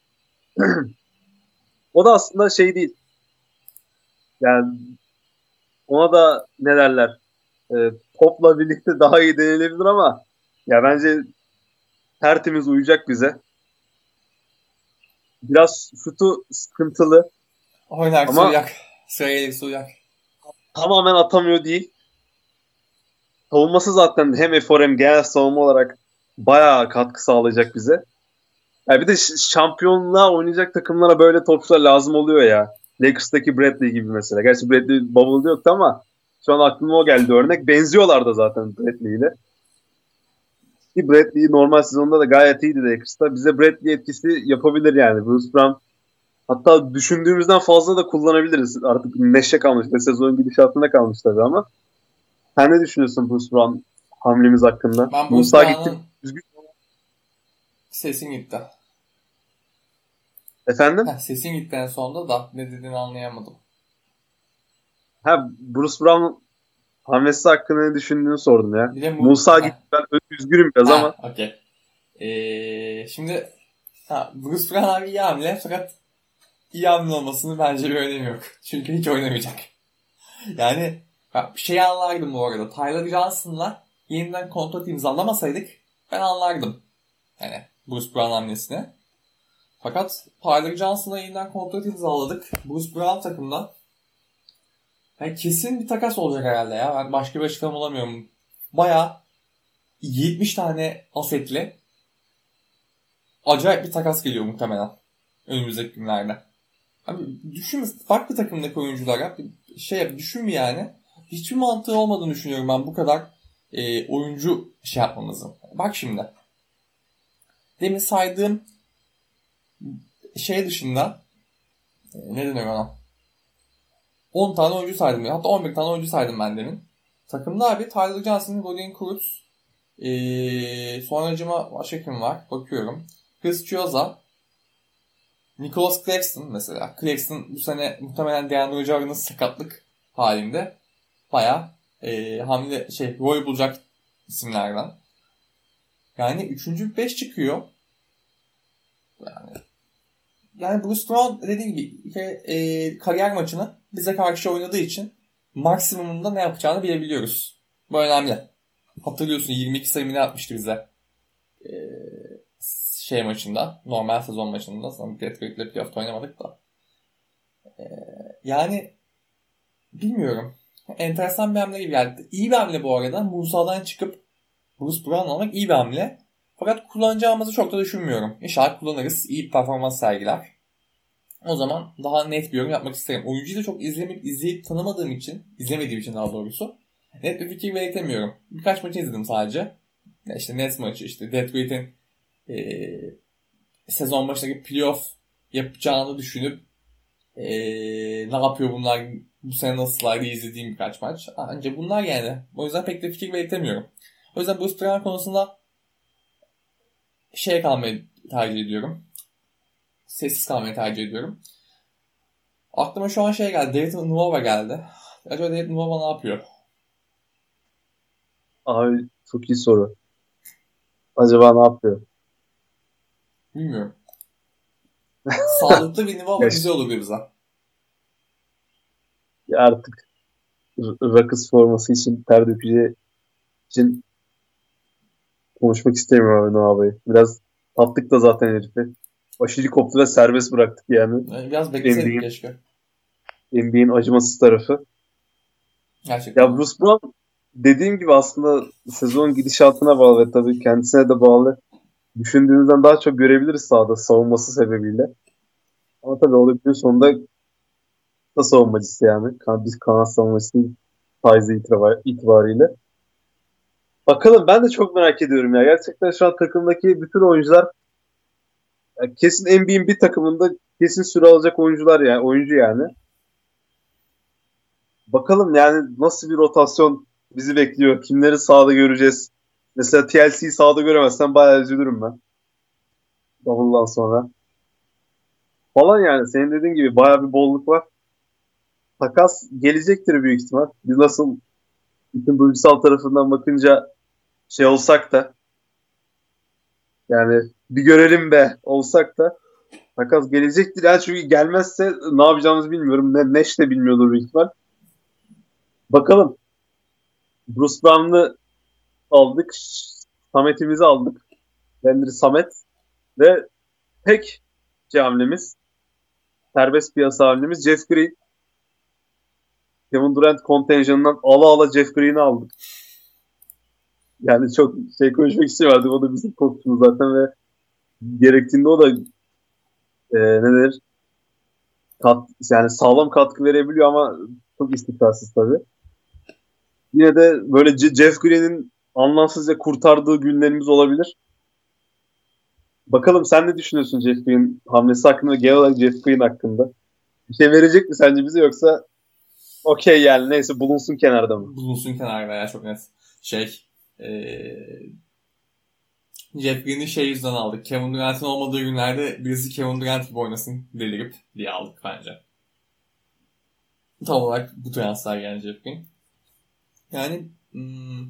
O da aslında şey değil. Yani ona da ne derler? E, topla birlikte daha iyi denilebilir ama ya bence tertemiz uyacak bize. Biraz şutu sıkıntılı Oynarsa ama uyar. Sıraya gelirse uyar. tamamen atamıyor değil. Savunması zaten hem efor hem genel savunma olarak bayağı katkı sağlayacak bize. Yani bir de şampiyonluğa oynayacak takımlara böyle topçular lazım oluyor ya. Lakers'taki Bradley gibi mesela. Gerçi Bradley Bubble'da yoktu ama şu an aklıma o geldi örnek. Benziyorlar da zaten Bradley ile. Ki Bradley normal sezonda da gayet iyiydi Lakers'ta. Bize Bradley etkisi yapabilir yani. Bruce Brown hatta düşündüğümüzden fazla da kullanabiliriz. Artık neşe kalmış ve sezonun gidişatında kalmış tabii ama. Sen ne düşünüyorsun Bruce Brown hamlemiz hakkında? Ben Bruce Musa gitti. Brown'ın sesin gitti. Efendim? Heh, sesin gitti en sonunda da ne dediğini anlayamadım. Ha, Bruce Brown hamlesi hakkında ne düşündüğünü sordum ya. Bir de Mu- Musa Ha. gitti, ben üzgünüm biraz Ha, ama okey. Ee, şimdi ha, Bruce Brown abi iyi hamle fakat iyi hamle olmasının bence bir önemi yok. Çünkü hiç oynamayacak. Yani ha, bir şey anlardım bu arada. Tyler Johnson'la yeniden kontrat imzalamasaydık ben anlardım. Yani Bruce Brown hamlesini. Fakat Tyler Johnson'la yeniden kontrat imzaladık. Bruce Brown takımdan. Yani kesin bir takas olacak herhalde ya. Ben başka bir açıklama bulamıyorum. Bayağı yetmiş tane asetli acayip bir takas geliyor muhtemelen önümüzdeki günlerde. Abi düşün, farklı takımdaki oyunculara bir şey yap, düşün bir yani. Hiçbir mantığı olmadığını düşünüyorum ben bu kadar e, oyuncu şey yapmamızın. Bak şimdi. Demin saydığım şey dışında e, ne denir ona? on tane oyuncu saydım. Hatta on bir tane oyuncu saydım ben demin. Takımda abi Tyler Johnson, Godin Cruz, ee, sonracıma başka kim var? Bakıyorum. Chris Chioza, Nicholas Claxton mesela. Claxton bu sene muhtemelen DeAndre Jordan'ın sakatlık halinde bayağı e, hamle şey rol bulacak isimlerden. Yani üçüncü beş çıkıyor. Yani yani Bruce Brown dediğim gibi e, kariyer maçını bize karşı oynadığı için maksimumunda ne yapacağını bilebiliyoruz. Bu önemli. Hatırlıyorsun yirmi iki sayı ne atmıştı bize. Ee, şey maçında. Normal sezon maçında. Sonra Detroit'le playoff'ta oynamadık da. Ee, yani bilmiyorum. Enteresan bir hamle gibi geldi. İyi bir hamle bu arada. Musa'dan çıkıp Bruce Brown almak iyi bir hamle. Fakat kullanacağımızı çok da düşünmüyorum. İnşallah kullanırız. İyi bir performans sergiler. O zaman daha net bir yorum yapmak isterim. Oyuncuyu da çok izlemek, izleyip tanımadığım için, izlemediğim için daha doğrusu net bir fikir belirtemiyorum. Birkaç maçı izledim sadece. İşte Nets maçı, işte Detroit'in e, sezon başındaki playoff yapacağını düşünüp e, ne yapıyor bunlar, bu sene nasıllar diye izlediğim birkaç maç. Ancak bunlar yani. O yüzden pek de fikir belirtemiyorum. O yüzden Bruce Brown konusunda şey kalmayı tercih ediyorum. Sessiz kalmayı tercih ediyorum. Aklıma şu an şey geldi. David Nuvava geldi. Acaba David Nuvava ne yapıyor? abi çok iyi soru. Acaba ne yapıyor? Bilmiyorum. Sağlıklı bir Nuvava Ya, güzel olur bize. ya artık R- Rakıs forması için ter dökeceği için konuşmak istemiyorum abi Noah. Biraz tattık da zaten herifi. Aşırı koptu ve serbest bıraktık yani. Yani biraz bekleseydik N B A'in keşke. N B A'in acımasız tarafı. Gerçekten. Ya Bruce Brown dediğim gibi aslında sezon gidişatına bağlı ve tabii kendisine de bağlı. Düşündüğümüzden daha çok görebiliriz sahada savunması sebebiyle. Ama tabii o da günün sonunda da savunmacısı yani. Kan- Biz kanat savunmacısının faizi itibar- itibariyle. Bakalım ben de çok merak ediyorum ya. Gerçekten şu an takımdaki bütün oyuncular ya kesin N B A'in bir takımında kesin süre alacak oyuncular yani. Oyuncu yani. Bakalım yani nasıl bir rotasyon bizi bekliyor. Kimleri sahada göreceğiz. Mesela T L C'yi sahada göremezsem bayağı üzülürüm ben. Double'dan sonra. Falan yani senin dediğin gibi bayağı bir bolluk var. Takas gelecektir büyük ihtimal. Biz nasıl bütün duygusal tarafından bakınca şey olsak da yani bir görelim be olsak da takas gelecektir. Yani çünkü gelmezse ne yapacağımızı bilmiyorum. Ne, Neş de bilmiyordur büyük ihtimal. Bakalım. Bruce Brown'ı aldık. Samet'imizi aldık. Landry Samet ve tek şey hamlemiz serbest piyasa hamlemiz Jeff Green. Kevin Durant kontenjanından ala ala Jeff Green'i aldık. Yani çok şey konuşmak istemedim. O da bizim koçumuz zaten ve gerektiğinde o da e, ne denir? Kat, yani sağlam katkı verebiliyor ama çok istikrarsız tabii. Yine de böyle C- Jeff Green'in anlamsızca kurtardığı günlerimiz olabilir. Bakalım sen ne düşünüyorsun Jeff Green hamlesi hakkında, genel olarak Jeff Green hakkında? Bir şey verecek mi sence bize yoksa okey yani neyse bulunsun kenarda mı? Bulunsun kenarda ya çok net. Şey ee, Jeff Green'i şey yüzden aldık. Kevin Durant'ın olmadığı günlerde birisi Kevin Durant gibi oynasın delirip diye aldık bence. Tam olarak bu transfer yani Jeff Green. Yani hmm,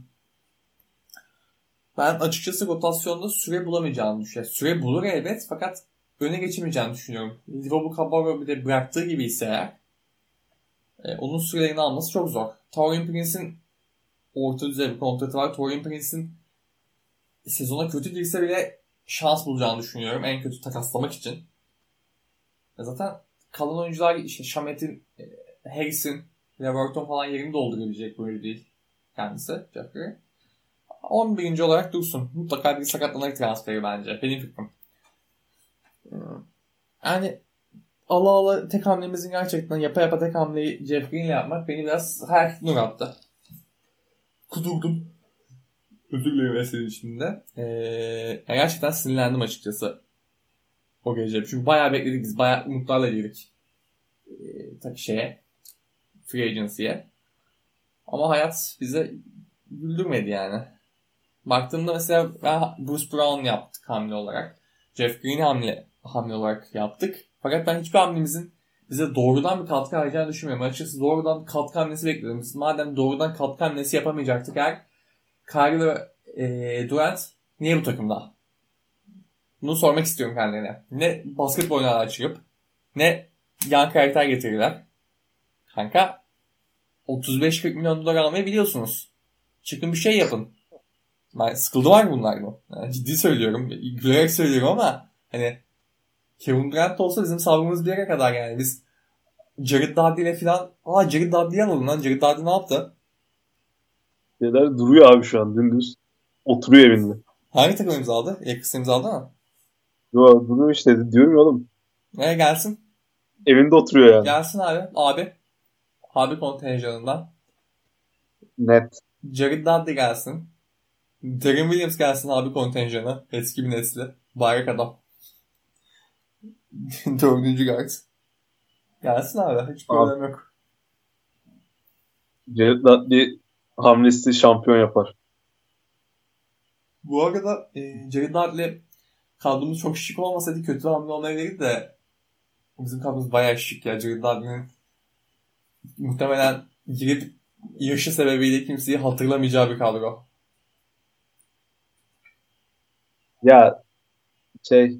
ben açıkçası rotasyonda süre bulamayacağını düşünüyorum. Süre bulur elbet fakat öne geçemeyeceğini düşünüyorum. Liverpool Caballero bir de bıraktığı gibi ise eğer e, onun sürelerini alması çok zor. Taurean Prince'in orta düzey bir kontratı var. Taurean Prince'in sezona kötü girse bile şans bulacağını düşünüyorum. En kötü takaslamak için. E zaten kalan oyuncular işte Şamet'in, e, Harrison, Leverton falan yerini doldurabilecek böyle değil kendisi. Jeffrey. on birinci olarak dursun. Mutlaka bir sakatlanır transferi bence. Benim fikrim. Yani ala ala tek hamlemizin gerçekten yapa yapa tek hamleyi Jeff Green'le yapmak beni biraz hayal kırıklığına attı. Kudurdum. Özür dilerim eserin içinde. Ee, gerçekten sinirlendim açıkçası o gece. Çünkü bayağı bekledik biz. Bayağı umutlarla girdik. Ee, tabii şeye. Free Agency'ye. Ama hayat bize güldürmedi yani. Baktığımda mesela ben Bruce Brown yaptık hamle olarak. Jeff Green hamle, hamle olarak yaptık. Fakat ben hiçbir hamlemizin bize doğrudan bir katkı arayacağını düşünmüyorum. Açıkçası doğrudan katkı hamlesi bekliyorum. Biz madem doğrudan katkı hamlesi yapamayacaktık eğer Kyrie ve e, Durant niye bu takımda? Bunu sormak istiyorum kendilerine. Ne basketbol oynarlar çıkıp ne yan karakter getirirler. Kanka otuz beş kırk milyon dolar almayı biliyorsunuz. Çıkın bir şey yapın. Ben sıkıldım var bunlardan. Yani ciddi söylüyorum. Gülerek söylüyorum ama hani Kevin Durant olsa bizim sabrımız bir yere kadar yani. Biz Jared Dudley ile falan aa Jared Dudley'i alalım lan. Jared Dudley ne yaptı? Şeyler duruyor abi şu an dümdüz. Oturuyor evinde. Hangi takım imzaladı? Lakers imzaladı mı? Yo, duruyor işte diyorum ya oğlum. Ne gelsin? Evinde oturuyor yani. Gelsin abi. Abi. Abi kontenjanından. Net. Jared Dudley gelsin. Deron Williams gelsin abi kontenjana. Eski bir nesli. Bayrak adam. Dördüncü guard. Gelsin abi. Hiç problem Abi, yok. Jared Dudley hamlesi şampiyon yapar. Bu arada e, Jared Dudley kadromuz çok şık olmasaydı kötü bir hamle olmayabilirdi de bizim kadromuz bayağı şık ya. Jared Dudley'nin muhtemelen girip yaşı sebebiyle kimseyi hatırlamayacağı bir kadro. Ya şey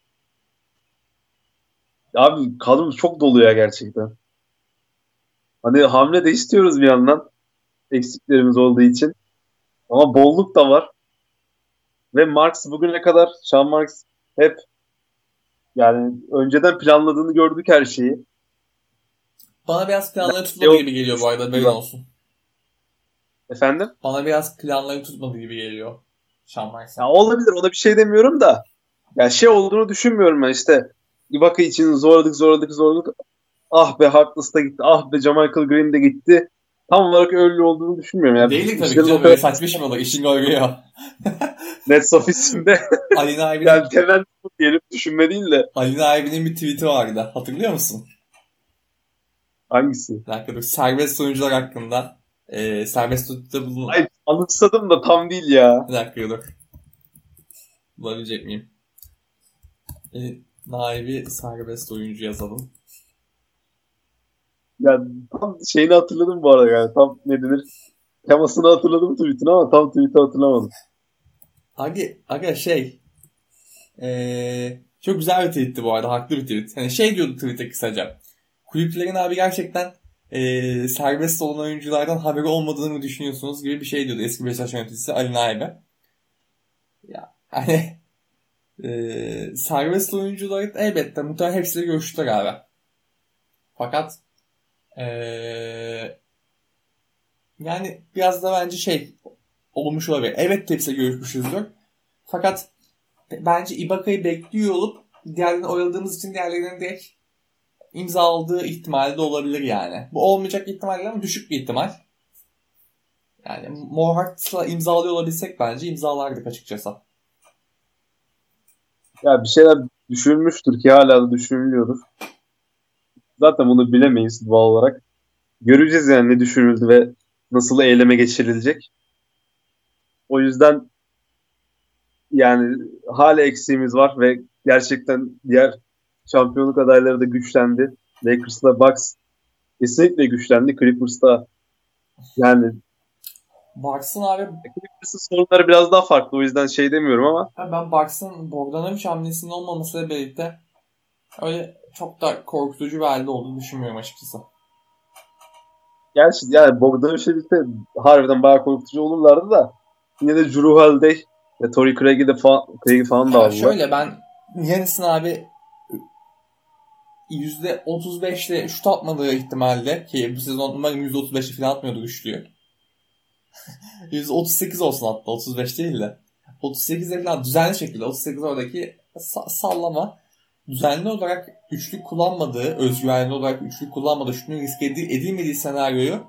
abi kadromuz çok dolu ya gerçekten. Hani hamle de istiyoruz bir yandan eksiklerimiz olduğu için. Ama bolluk da var. Ve Marks bugüne kadar Sean Marks hep yani önceden planladığını gördük her şeyi. Bana biraz planları tutmadı Yok. gibi geliyor bu arada. Haberin olsun. Efendim? Bana biraz planları tutmadı gibi geliyor. Sean Marks'ın. Ya olabilir. Ona bir şey demiyorum da. Ya şey olduğunu düşünmüyorum ben işte. Ibaka için zorladık zorladık zorladık. Ah be Harkless da gitti. Ah be Jamichael Green de gitti. Tam olarak öyle olduğunu düşünmüyorum. Yani Değil tabii ki canım. Böyle saçma şey mi olur? İşin görüyor. Nets ofisinde Ali Naib'in yani temel diyelim düşünme değil de. Ali Naib'in bir tweet'i vardı. Hatırlıyor musun? Hangisi? Bir dakika dur. Serbest oyuncular hakkında. E, serbest tutukta bulunan... Ay anımsadım da tam değil ya. Bir dakika dur. Bulabilecek miyim? E, Naib'i serbest oyuncu yazalım. Ya tam şeyini hatırladım bu arada yani. Tam ne denir? Temasını hatırladım tweet'ini ama tam tweet'i hatırlamadım. Aga, aga şey... Ee, çok güzel bir tweetti bu arada. Haklı bir tweet. Hani şey diyordu tweet'e kısaca. Kulüplerin abi gerçekten ee, serbest olan oyunculardan haberi olmadığını mı düşünüyorsunuz gibi bir şey diyordu eski Beşiktaş yöneticisi Ali Naib'e. Ya hani ee, serbest oyuncular elbette muhtemelen hepsiyle görüştüler abi. Fakat ee, yani biraz da bence şey olmuş olabilir. Evet hepsiyle görüşmüşüzdür. Fakat bence Ibaka'yı bekliyor olup diğerlerini oyaladığımız için diğerlerinin direkt imzaladığı ihtimali de olabilir yani. Bu olmayacak ihtimal ama düşük bir ihtimal. Yani Mohart'la imzalıyor olabilsek bence imzalardık açıkçası. Ya bir şeyler düşünülmüştür ki hala da düşünülüyordur. Zaten bunu bilemeyiz doğal olarak. Göreceğiz yani ne düşünüldü ve nasıl eyleme geçirilecek. O yüzden yani hala eksiğimiz var ve gerçekten diğer şampiyonluk adayları da güçlendi. Lakers'la Bucks kesinlikle güçlendi. Clippers'ta yani Bucks'ın abi Clippers'ın sorunları biraz daha farklı. O yüzden şey demiyorum ama. ben Bucks'ın Bogdanovic hamlesinin olmamasıyla birlikte öyle çok da korkutucu bir halde olduğunu düşünmüyorum açıkçası. Gerçi yani Bogdanovic'le birlikte harbiden bayağı korkutucu olurlardı da. Yine de Jrue Holiday ve Torrey Craig'i de falan, Craig'i falan da Ya aldılar. şöyle ben Giannis'in abi yüzde otuz beşle şut atmadığı ihtimalle ki bu sezon umarım yüzde otuz beşle falan atmıyordu üçlüyü. yüzde otuz sekiz olsun hatta otuz beş değil de. otuz sekizle falan düzenli şekilde otuz sekiz oradaki sa- sallama düzenli olarak üçlük kullanmadığı, özgüvenli olarak üçlük kullanmadığı, şutun riske edil- edilmediği senaryoyu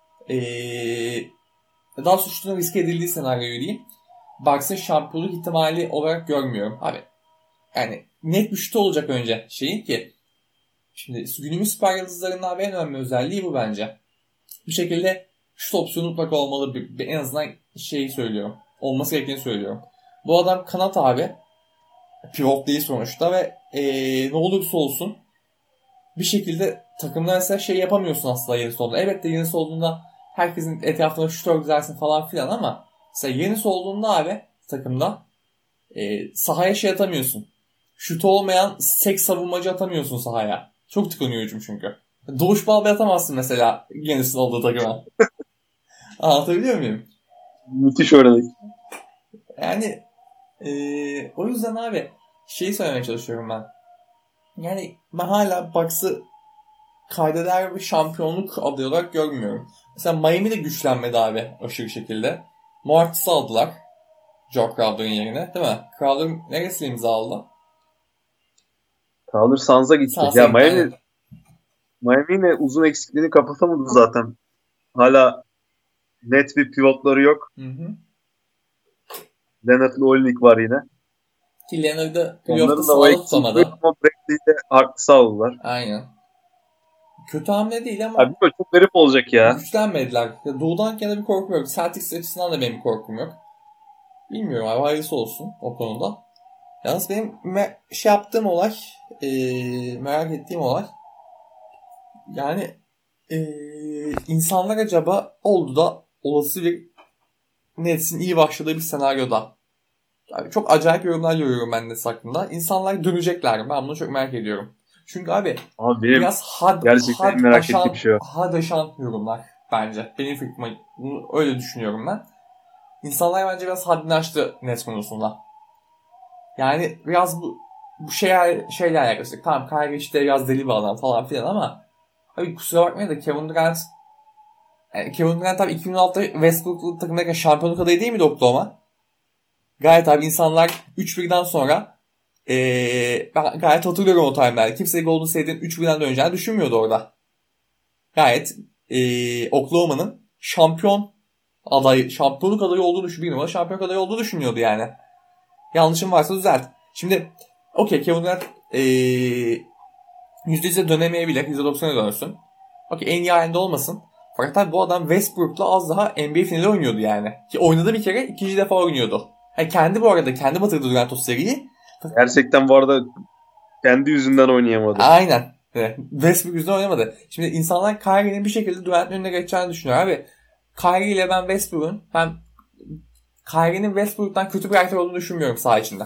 ee, daha sonra şutun riske edildiği senaryoyu diyeyim. Bucks'ın şampiyonluk ihtimali olarak görmüyorum. Abi yani net bir şut olacak önce şeyin ki şimdi günümüz süper yıldızlarının abi en önemli özelliği bu bence. Bir şekilde şut opsiyonu mutlaka olmalı. Bir, bir, en azından şeyi söylüyorum. Olması gerektiğini söylüyorum. Bu adam kanat abi. Pivot değil sonuçta ve ee, ne olursa olsun bir şekilde takımda mesela şey yapamıyorsun aslında Giannis olduğunda. Evet de Giannis olduğunda herkesin etrafına şutör düzelsin falan filan ama mesela Giannis olduğunda abi takımda e, sahaya şey atamıyorsun. Şutu olmayan sek savunmacı atamıyorsun sahaya. Çok tıkanıyor hücum çünkü. Doğuş Balbay atamazsın mesela Giannis'in olduğu takıma. Anlatabiliyor muyum? Müthiş örnek. Yani e, o yüzden abi şeyi söylemeye çalışıyorum ben. Yani ben hala Bucks'ı kaydeder bir şampiyonluk adayı olarak görmüyorum. Mesela Miami de güçlenmedi abi aşırı şekilde. Mortis'i aldılar. Joe Crowder'ın yerine değil mi? Crowder neresi imza aldı? Crowder Suns'a gitti. Sans'a Ya gitti Miami, aynen. Miami yine uzun eksikliğini kapatamadı zaten. Hala net bir pivotları yok. Hı hı. Leonard Olynyk var yine. Ki Leonard'ı playoff'ta Onların da o sahada eksiği yok tutamadı. ama Bradley'i de artı sağladılar. Aynen. Kötü hamle değil Abi ama bilmiyorum, çok garip olacak ya. güçlenmediler. Doğudan yana bir korkum yok. Celtics açısından da benim bir korkum yok. Bilmiyorum abi hayırlısı olsun o konuda. Yalnız benim me- şey yaptığım olay, ee, merak ettiğim olay yani ee, insanlar acaba oldu da olası bir Nets'in iyi başladığı bir senaryoda. Abi çok acayip yorumlar görüyorum ben Nets hakkında. İnsanlar dönecekler mi? Ben bunu çok merak ediyorum. Çünkü abi Abi benim biraz had gerçekten had en merak ettiğim aşan şey o. had aşan yorumlar bence. Benim fikrim bunu öyle düşünüyorum ben. İnsanlar bence biraz haddini aştı Nets konusunda. Yani biraz bu bu şey şeyle alakası. Tamam Kyrie işte biraz deli bir adam falan filan ama abi kusura bakmayın da Kevin Durant yani Kevin Durant tabii iki bin on altıda Westbrook'lu takımdayken şampiyonluk adayı değil miydi Oklahoma? Gayet abi insanlar üç birden sonra ee, ben gayet hatırlıyorum o time'larda. Kimse Golden State'in üç birden döneceğini düşünmüyordu orada. Gayet ee, Oklahoma'nın şampiyon adayı, şampiyonluk adayı olduğunu düşünüyordu. Şampiyonluk adayı olduğunu düşünüyordu yani. Yanlışım varsa düzelt. Şimdi okey Kevin Durant ee, yüzde yüze dönemeyebilir. yüzde doksana dönsün. Okey en iyi halinde olmasın. Fakat tabii bu adam Westbrook'la az daha N B A finali oynuyordu yani. Ki oynadı bir kere ikinci defa oynuyordu. Yani kendi bu arada kendi batırdı Durant o seriyi. Gerçekten bu arada kendi yüzünden oynayamadı. Aynen. Evet. Westbrook yüzünden oynamadı. Şimdi insanlar Kyrie'nin bir şekilde Durant'ın önüne geçeceğini düşünüyor abi. Kyrie ile ben Westbrook'un ben Kyrie'nin Westbrook'tan kötü bir karakter olduğunu düşünmüyorum saha içinde.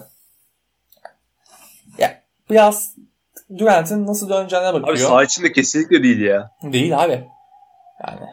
Ya biraz Durant'ın nasıl döneceğine Abi bakıyor. saha içinde kesinlikle değil ya. Değil abi. Yani.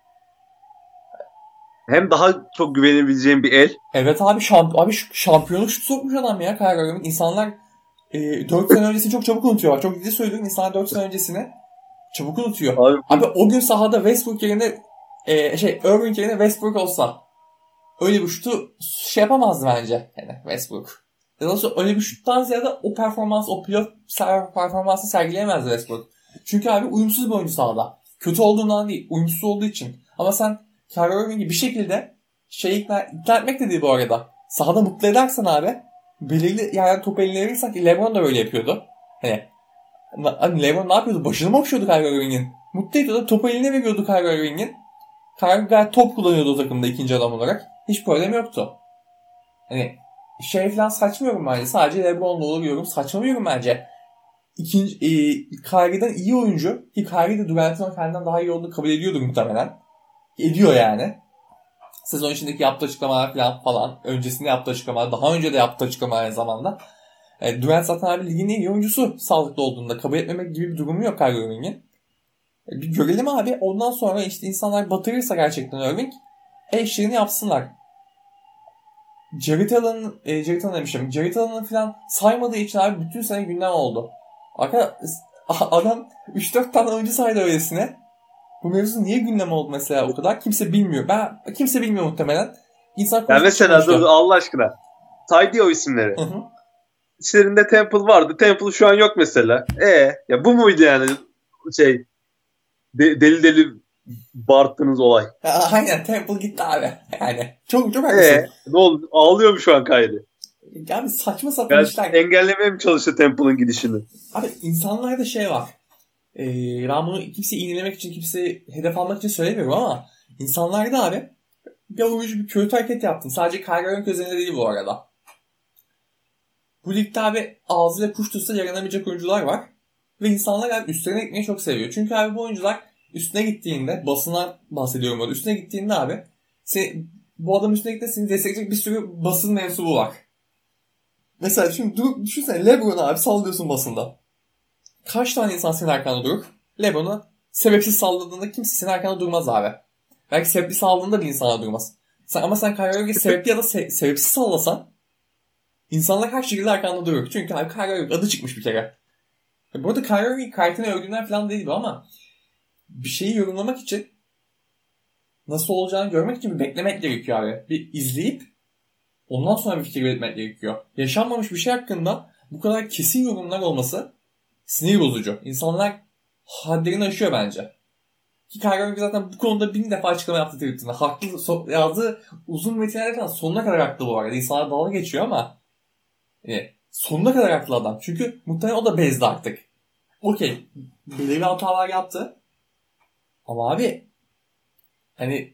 Hem daha çok güvenebileceğim bir el. Evet abi, şamp abi şampiyonluk şutu sokmuş adam ya Kyrie Irving. İnsanlar e, dört sene öncesini çok çabuk unutuyorlar. Çok ciddi söylüyorum. İnsanlar dört sene öncesini çabuk unutuyor. Abi, Abi o gün sahada Westbrook yerine e, şey Irving yerine Westbrook olsa öyle bir şutu şey yapamazdı bence. Yani Westbrook. Ya da öyle bir şuttan ziyade o performans, o playoff performansı sergileyemezdi Westbrook. Çünkü abi uyumsuz bir oyuncu sahada. Kötü olduğundan değil, uyumsuz olduğu için. Ama sen Kyrie Irving'i bir şekilde şey ikna, ikna etmek de değil bu arada. Sahada mutlu edersen abi belirli yerden topu eline verirsen ki LeBron da böyle yapıyordu. Hani, hani LeBron ne yapıyordu? Başını mı okşuyordu Kyrie Irving'in? Mutlu ediyordu. Topu eline veriyordu Kyrie Irving'in. Kyrie gayet top kullanıyordu o takımda ikinci adam olarak. Hiç problem yoktu. Hani şey falan saçmıyorum bence. Sadece LeBron'la oluyorum. Saçmalıyorum bence. İkinci, e, Kyrie'den iyi oyuncu ki Kyrie de Durant'ın kendinden daha iyi olduğunu kabul ediyordur muhtemelen. Ediyor yani. Sezon içindeki yaptığı açıklamalar falan falan. Öncesinde yaptığı açıklamalar. Daha önce de yaptığı açıklamalar aynı zamanda. E, Durant zaten abi ligin en iyi oyuncusu sağlıklı olduğunda. Kabul etmemek gibi bir durumu yok Kyrie Irving'in. E, bir görelim abi. Ondan sonra işte insanlar batırırsa gerçekten Irving eşlerini yapsınlar. Jared Allen'ın, e, Jared Allen demişim. Jared Allen'ın falan saymadığı için abi bütün sene gündem oldu. Arka, adam üç dört tane oyuncu saydı öylesine. Bu mevzu niye gündem oldu mesela o kadar? Kimse bilmiyor. Ben kimse bilmiyor muhtemelen. İnsan ya mesela dur Allah aşkına. Saydı o isimleri. Hı hı. İçlerinde Temple vardı. Temple şu an yok mesela. E ya bu muydu yani şey de, deli deli bağırttığınız olay? Ya, aynen Temple gitti abi. Yani çok çok haklısın. E ne oldu? Ağlıyor mu şu an Kyrie? Abi saçma sapan Yani işler. engellemeye mi çalıştı Temple'ın gidişini? Abi insanlarda şey var. Ee, ben bunu kimseyi iğnelemek için, kimseyi hedef almak için söylemiyorum ama insanlarda abi bir oyuncu bir kötü hareket yaptın. Sadece Kyrie Irving özelinde değil bu arada. Bu ligde abi ağzıyla kuş tutsa yaranamayacak oyuncular var. Ve insanlar abi üstlerine gitmeyi çok seviyor. Çünkü abi bu oyuncular üstüne gittiğinde, basına bahsediyorum burada. Üstüne gittiğinde abi seni, bu adam üstüne gittiğinde seni destekleyecek bir sürü basın mensubu var. Mesela şimdi dur, düşünsene LeBron abi sallıyorsun basında. Kaç tane insan senin arkanda durur? LeBron'u sebepsiz salladığında kimse senin arkanda durmaz abi. Belki sebepli salladığında bir insana durmaz. Sen, ama sen Kyrie Irving'i sebepli ya da se- sebepsiz sallasan insanlar her şekilde arkanda durur. Çünkü abi Kyrie Irving adı çıkmış bir kere. Bu arada Kyrie Irving kartını övdüğünden falan değil bu ama bir şeyi yorumlamak için nasıl olacağını görmek için bir beklemek gerekiyor abi. Bir izleyip ondan sonra bir fikir belirtmek gerekiyor. Yaşanmamış bir şey hakkında bu kadar kesin yorumlar olması sinir bozucu. İnsanlar hadlerini aşıyor bence. Ki Kyrie Irving zaten bu konuda bin defa açıklama yaptı Twitter'da. Haklı so- yazdığı uzun metinlerde falan sonuna kadar haklı bu arada. İnsanlar dalga geçiyor ama yani sonuna kadar haklı adam. Çünkü muhtemelen o da bezdi artık. Okey. Belirli hatalar yaptı. Ama abi hani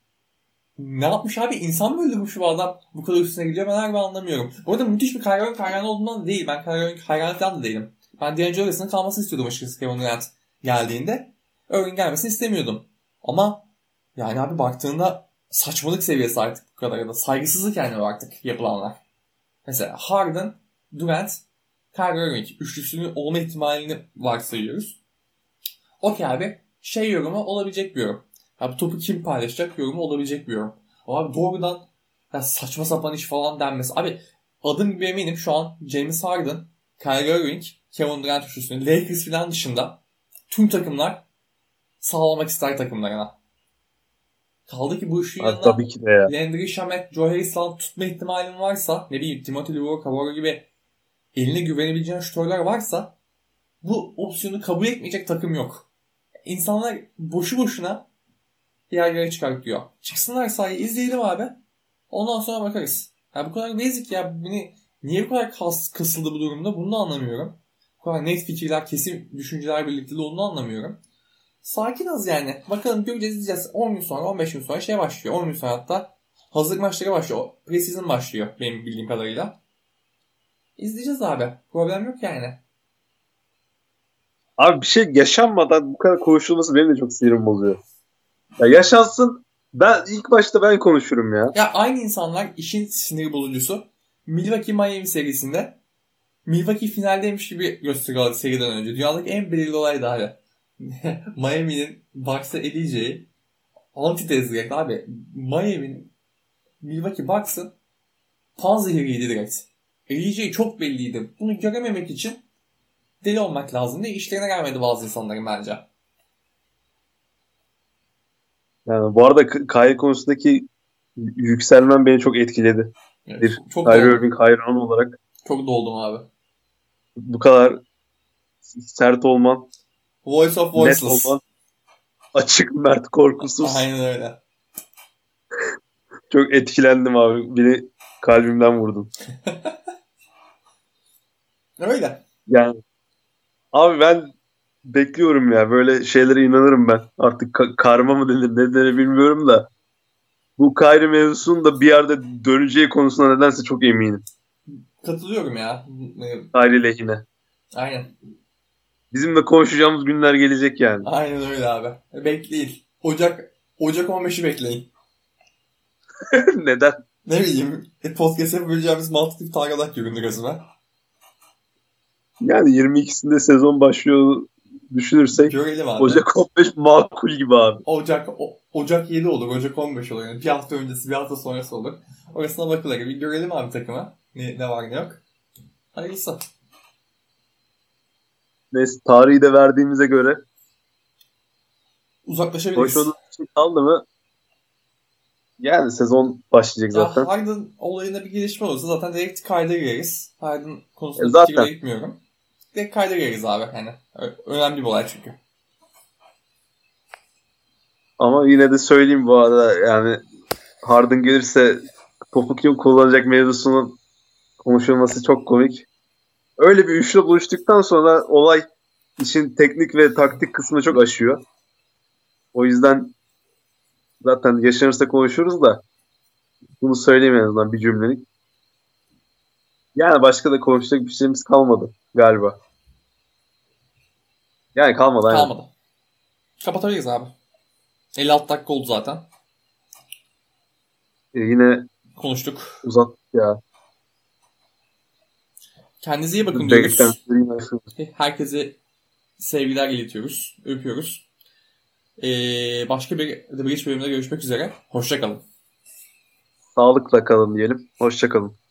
ne yapmış abi? İnsan mı öldürmüş bu adam? Bu kadar üstüne gidiyor. Ben harbi anlamıyorum. Bu arada müthiş bir Kyrie Irving hayranı olduğundan da değil. Ben Kyrie Irving hayranı falan da değilim. Ben D'Angelo Russell'ın kalmasını istiyordum açıkçası Kevin Durant geldiğinde. Irving gelmesini istemiyordum. Ama yani abi baktığında saçmalık seviyesi artık bu kadar ya da saygısızlık yani artık yapılanlar. Mesela Harden, Durant, Kyrie Irving üçlüsünün olma ihtimalini varsayıyoruz. Okey abi şey yorumu olabilecek bir yorum. Ya bu topu kim paylaşacak yorumu olabilecek bir yorum. Ama abi doğrudan ya saçma sapan iş falan denmesi. Abi adım gibi eminim şu an James Harden, Kyrie Irving, Kevin Durant üçlüsünün Lakers falan dışında tüm takımlar sağlamak ister takımlarına. Kaldı ki bu işin Abi, yanına tabii ki de ya. Landry Shamet, Joe Harris falan tutma ihtimalin varsa ne bileyim Timothy Luo, Kavaro gibi eline güvenebileceğin şutörler varsa bu opsiyonu kabul etmeyecek takım yok. İnsanlar boşu boşuna yerlere çıkartıyor. Çıksınlar sahaya izleyelim abi. Ondan sonra bakarız. Ya bu kadar basic ya. Beni, niye bu kadar kas, kasıldı bu durumda bunu da anlamıyorum. Bu kadar net fikirler, kesin düşünceler birlikte de onu da anlamıyorum. Sakiniz yani. Bakalım göreceğiz izleyeceğiz. on gün sonra on beş gün sonra şey başlıyor. on gün sonra hatta hazırlık maçları başlıyor. Preseason başlıyor benim bildiğim kadarıyla. İzleyeceğiz abi. Problem yok yani. Abi bir şey yaşanmadan bu kadar konuşulması benim de çok sinirim bozuyor. Ya yaşansın ben ilk başta ben konuşurum ya. Ya aynı insanlar işin sinir bozucusu. Milwaukee Miami serisinde Milwaukee finaldeymiş gibi gösteriyorlar seriden önce. Dünyadaki en belirli olay da abi. Miami'nin Bucks'a eleyeceği antitez direkt abi. Miami'nin Milwaukee Bucks'ın panzehiriydi direkt. Eleyeceği çok belliydi. Bunu görememek için deli olmak lazım diye işlerine gelmedi bazı insanların bence. Yani bu arada Kyrie konusundaki yükselmen beni çok etkiledi. Evet, Bir çok Kyrie doldum. Irving hayranı olarak Çok doldum abi. bu kadar sert olman, Voice of net Voiceless. olman, açık, mert, korkusuz. Aynen öyle. Çok etkilendim abi. Beni kalbimden vurdun. Öyle. Yani abi ben bekliyorum ya. Böyle şeylere inanırım ben. Artık ka- karma mı denir ne denir bilmiyorum da. Bu Kyrie mevzusunun da bir yerde döneceği konusunda nedense çok eminim. Katılıyorum ya. Kyrie lehine. Aynen. Bizim de konuşacağımız günler gelecek yani. Aynen öyle abi. Bekleyin. Ocak Ocak on beşi bekleyin. Neden? Ne bileyim. E, podcast yapabileceğimiz mantıklı bir tarih göründü gözüme. Yani yirmi ikisinde sezon başlıyor düşünürsek Görelim abi. Ocak on beş makul gibi abi. Ocak o, Ocak yedi olur, Ocak on beş olur. Yani bir hafta öncesi, bir hafta sonrası olur. Orasına bakılır. Bir görelim abi takıma. Ne, ne var ne yok. Hayırlısı. Neyse tarihi de verdiğimize göre Uzaklaşabiliriz. konuşmadığımız bir şey kaldı mı? Yani sezon başlayacak Ya zaten. Harden olayında bir gelişme olursa zaten direkt kayda gireriz. Harden konusunda E fikir zaten. belirtmiyorum. Direkt kayda gireriz abi. Yani Ö- önemli bir olay çünkü. Ama yine de söyleyeyim bu arada yani Harden gelirse topu kim kullanacak mevzusunun konuşulması çok komik. Öyle bir üçlü buluştuktan sonra olay işin teknik ve taktik kısmı çok aşıyor. O yüzden zaten yaşanırsa konuşuruz da bunu söyleyeyim en azından bir cümlelik. Yani başka da konuşacak bir şeyimiz kalmadı galiba. Yani kalmadı aynen. Kalmadı. Kapatabiliriz abi. elli altı dakika oldu zaten. E yine Konuştuk. uzattık ya. Kendinize iyi bakın diyoruz. Beklentileri aşırı. Herkese sevgiler iletiyoruz. Öpüyoruz. Ee, başka bir The Bridge bölümünde görüşmek üzere. Hoşça kalın. Sağlıkla kalın diyelim. Hoşça kalın.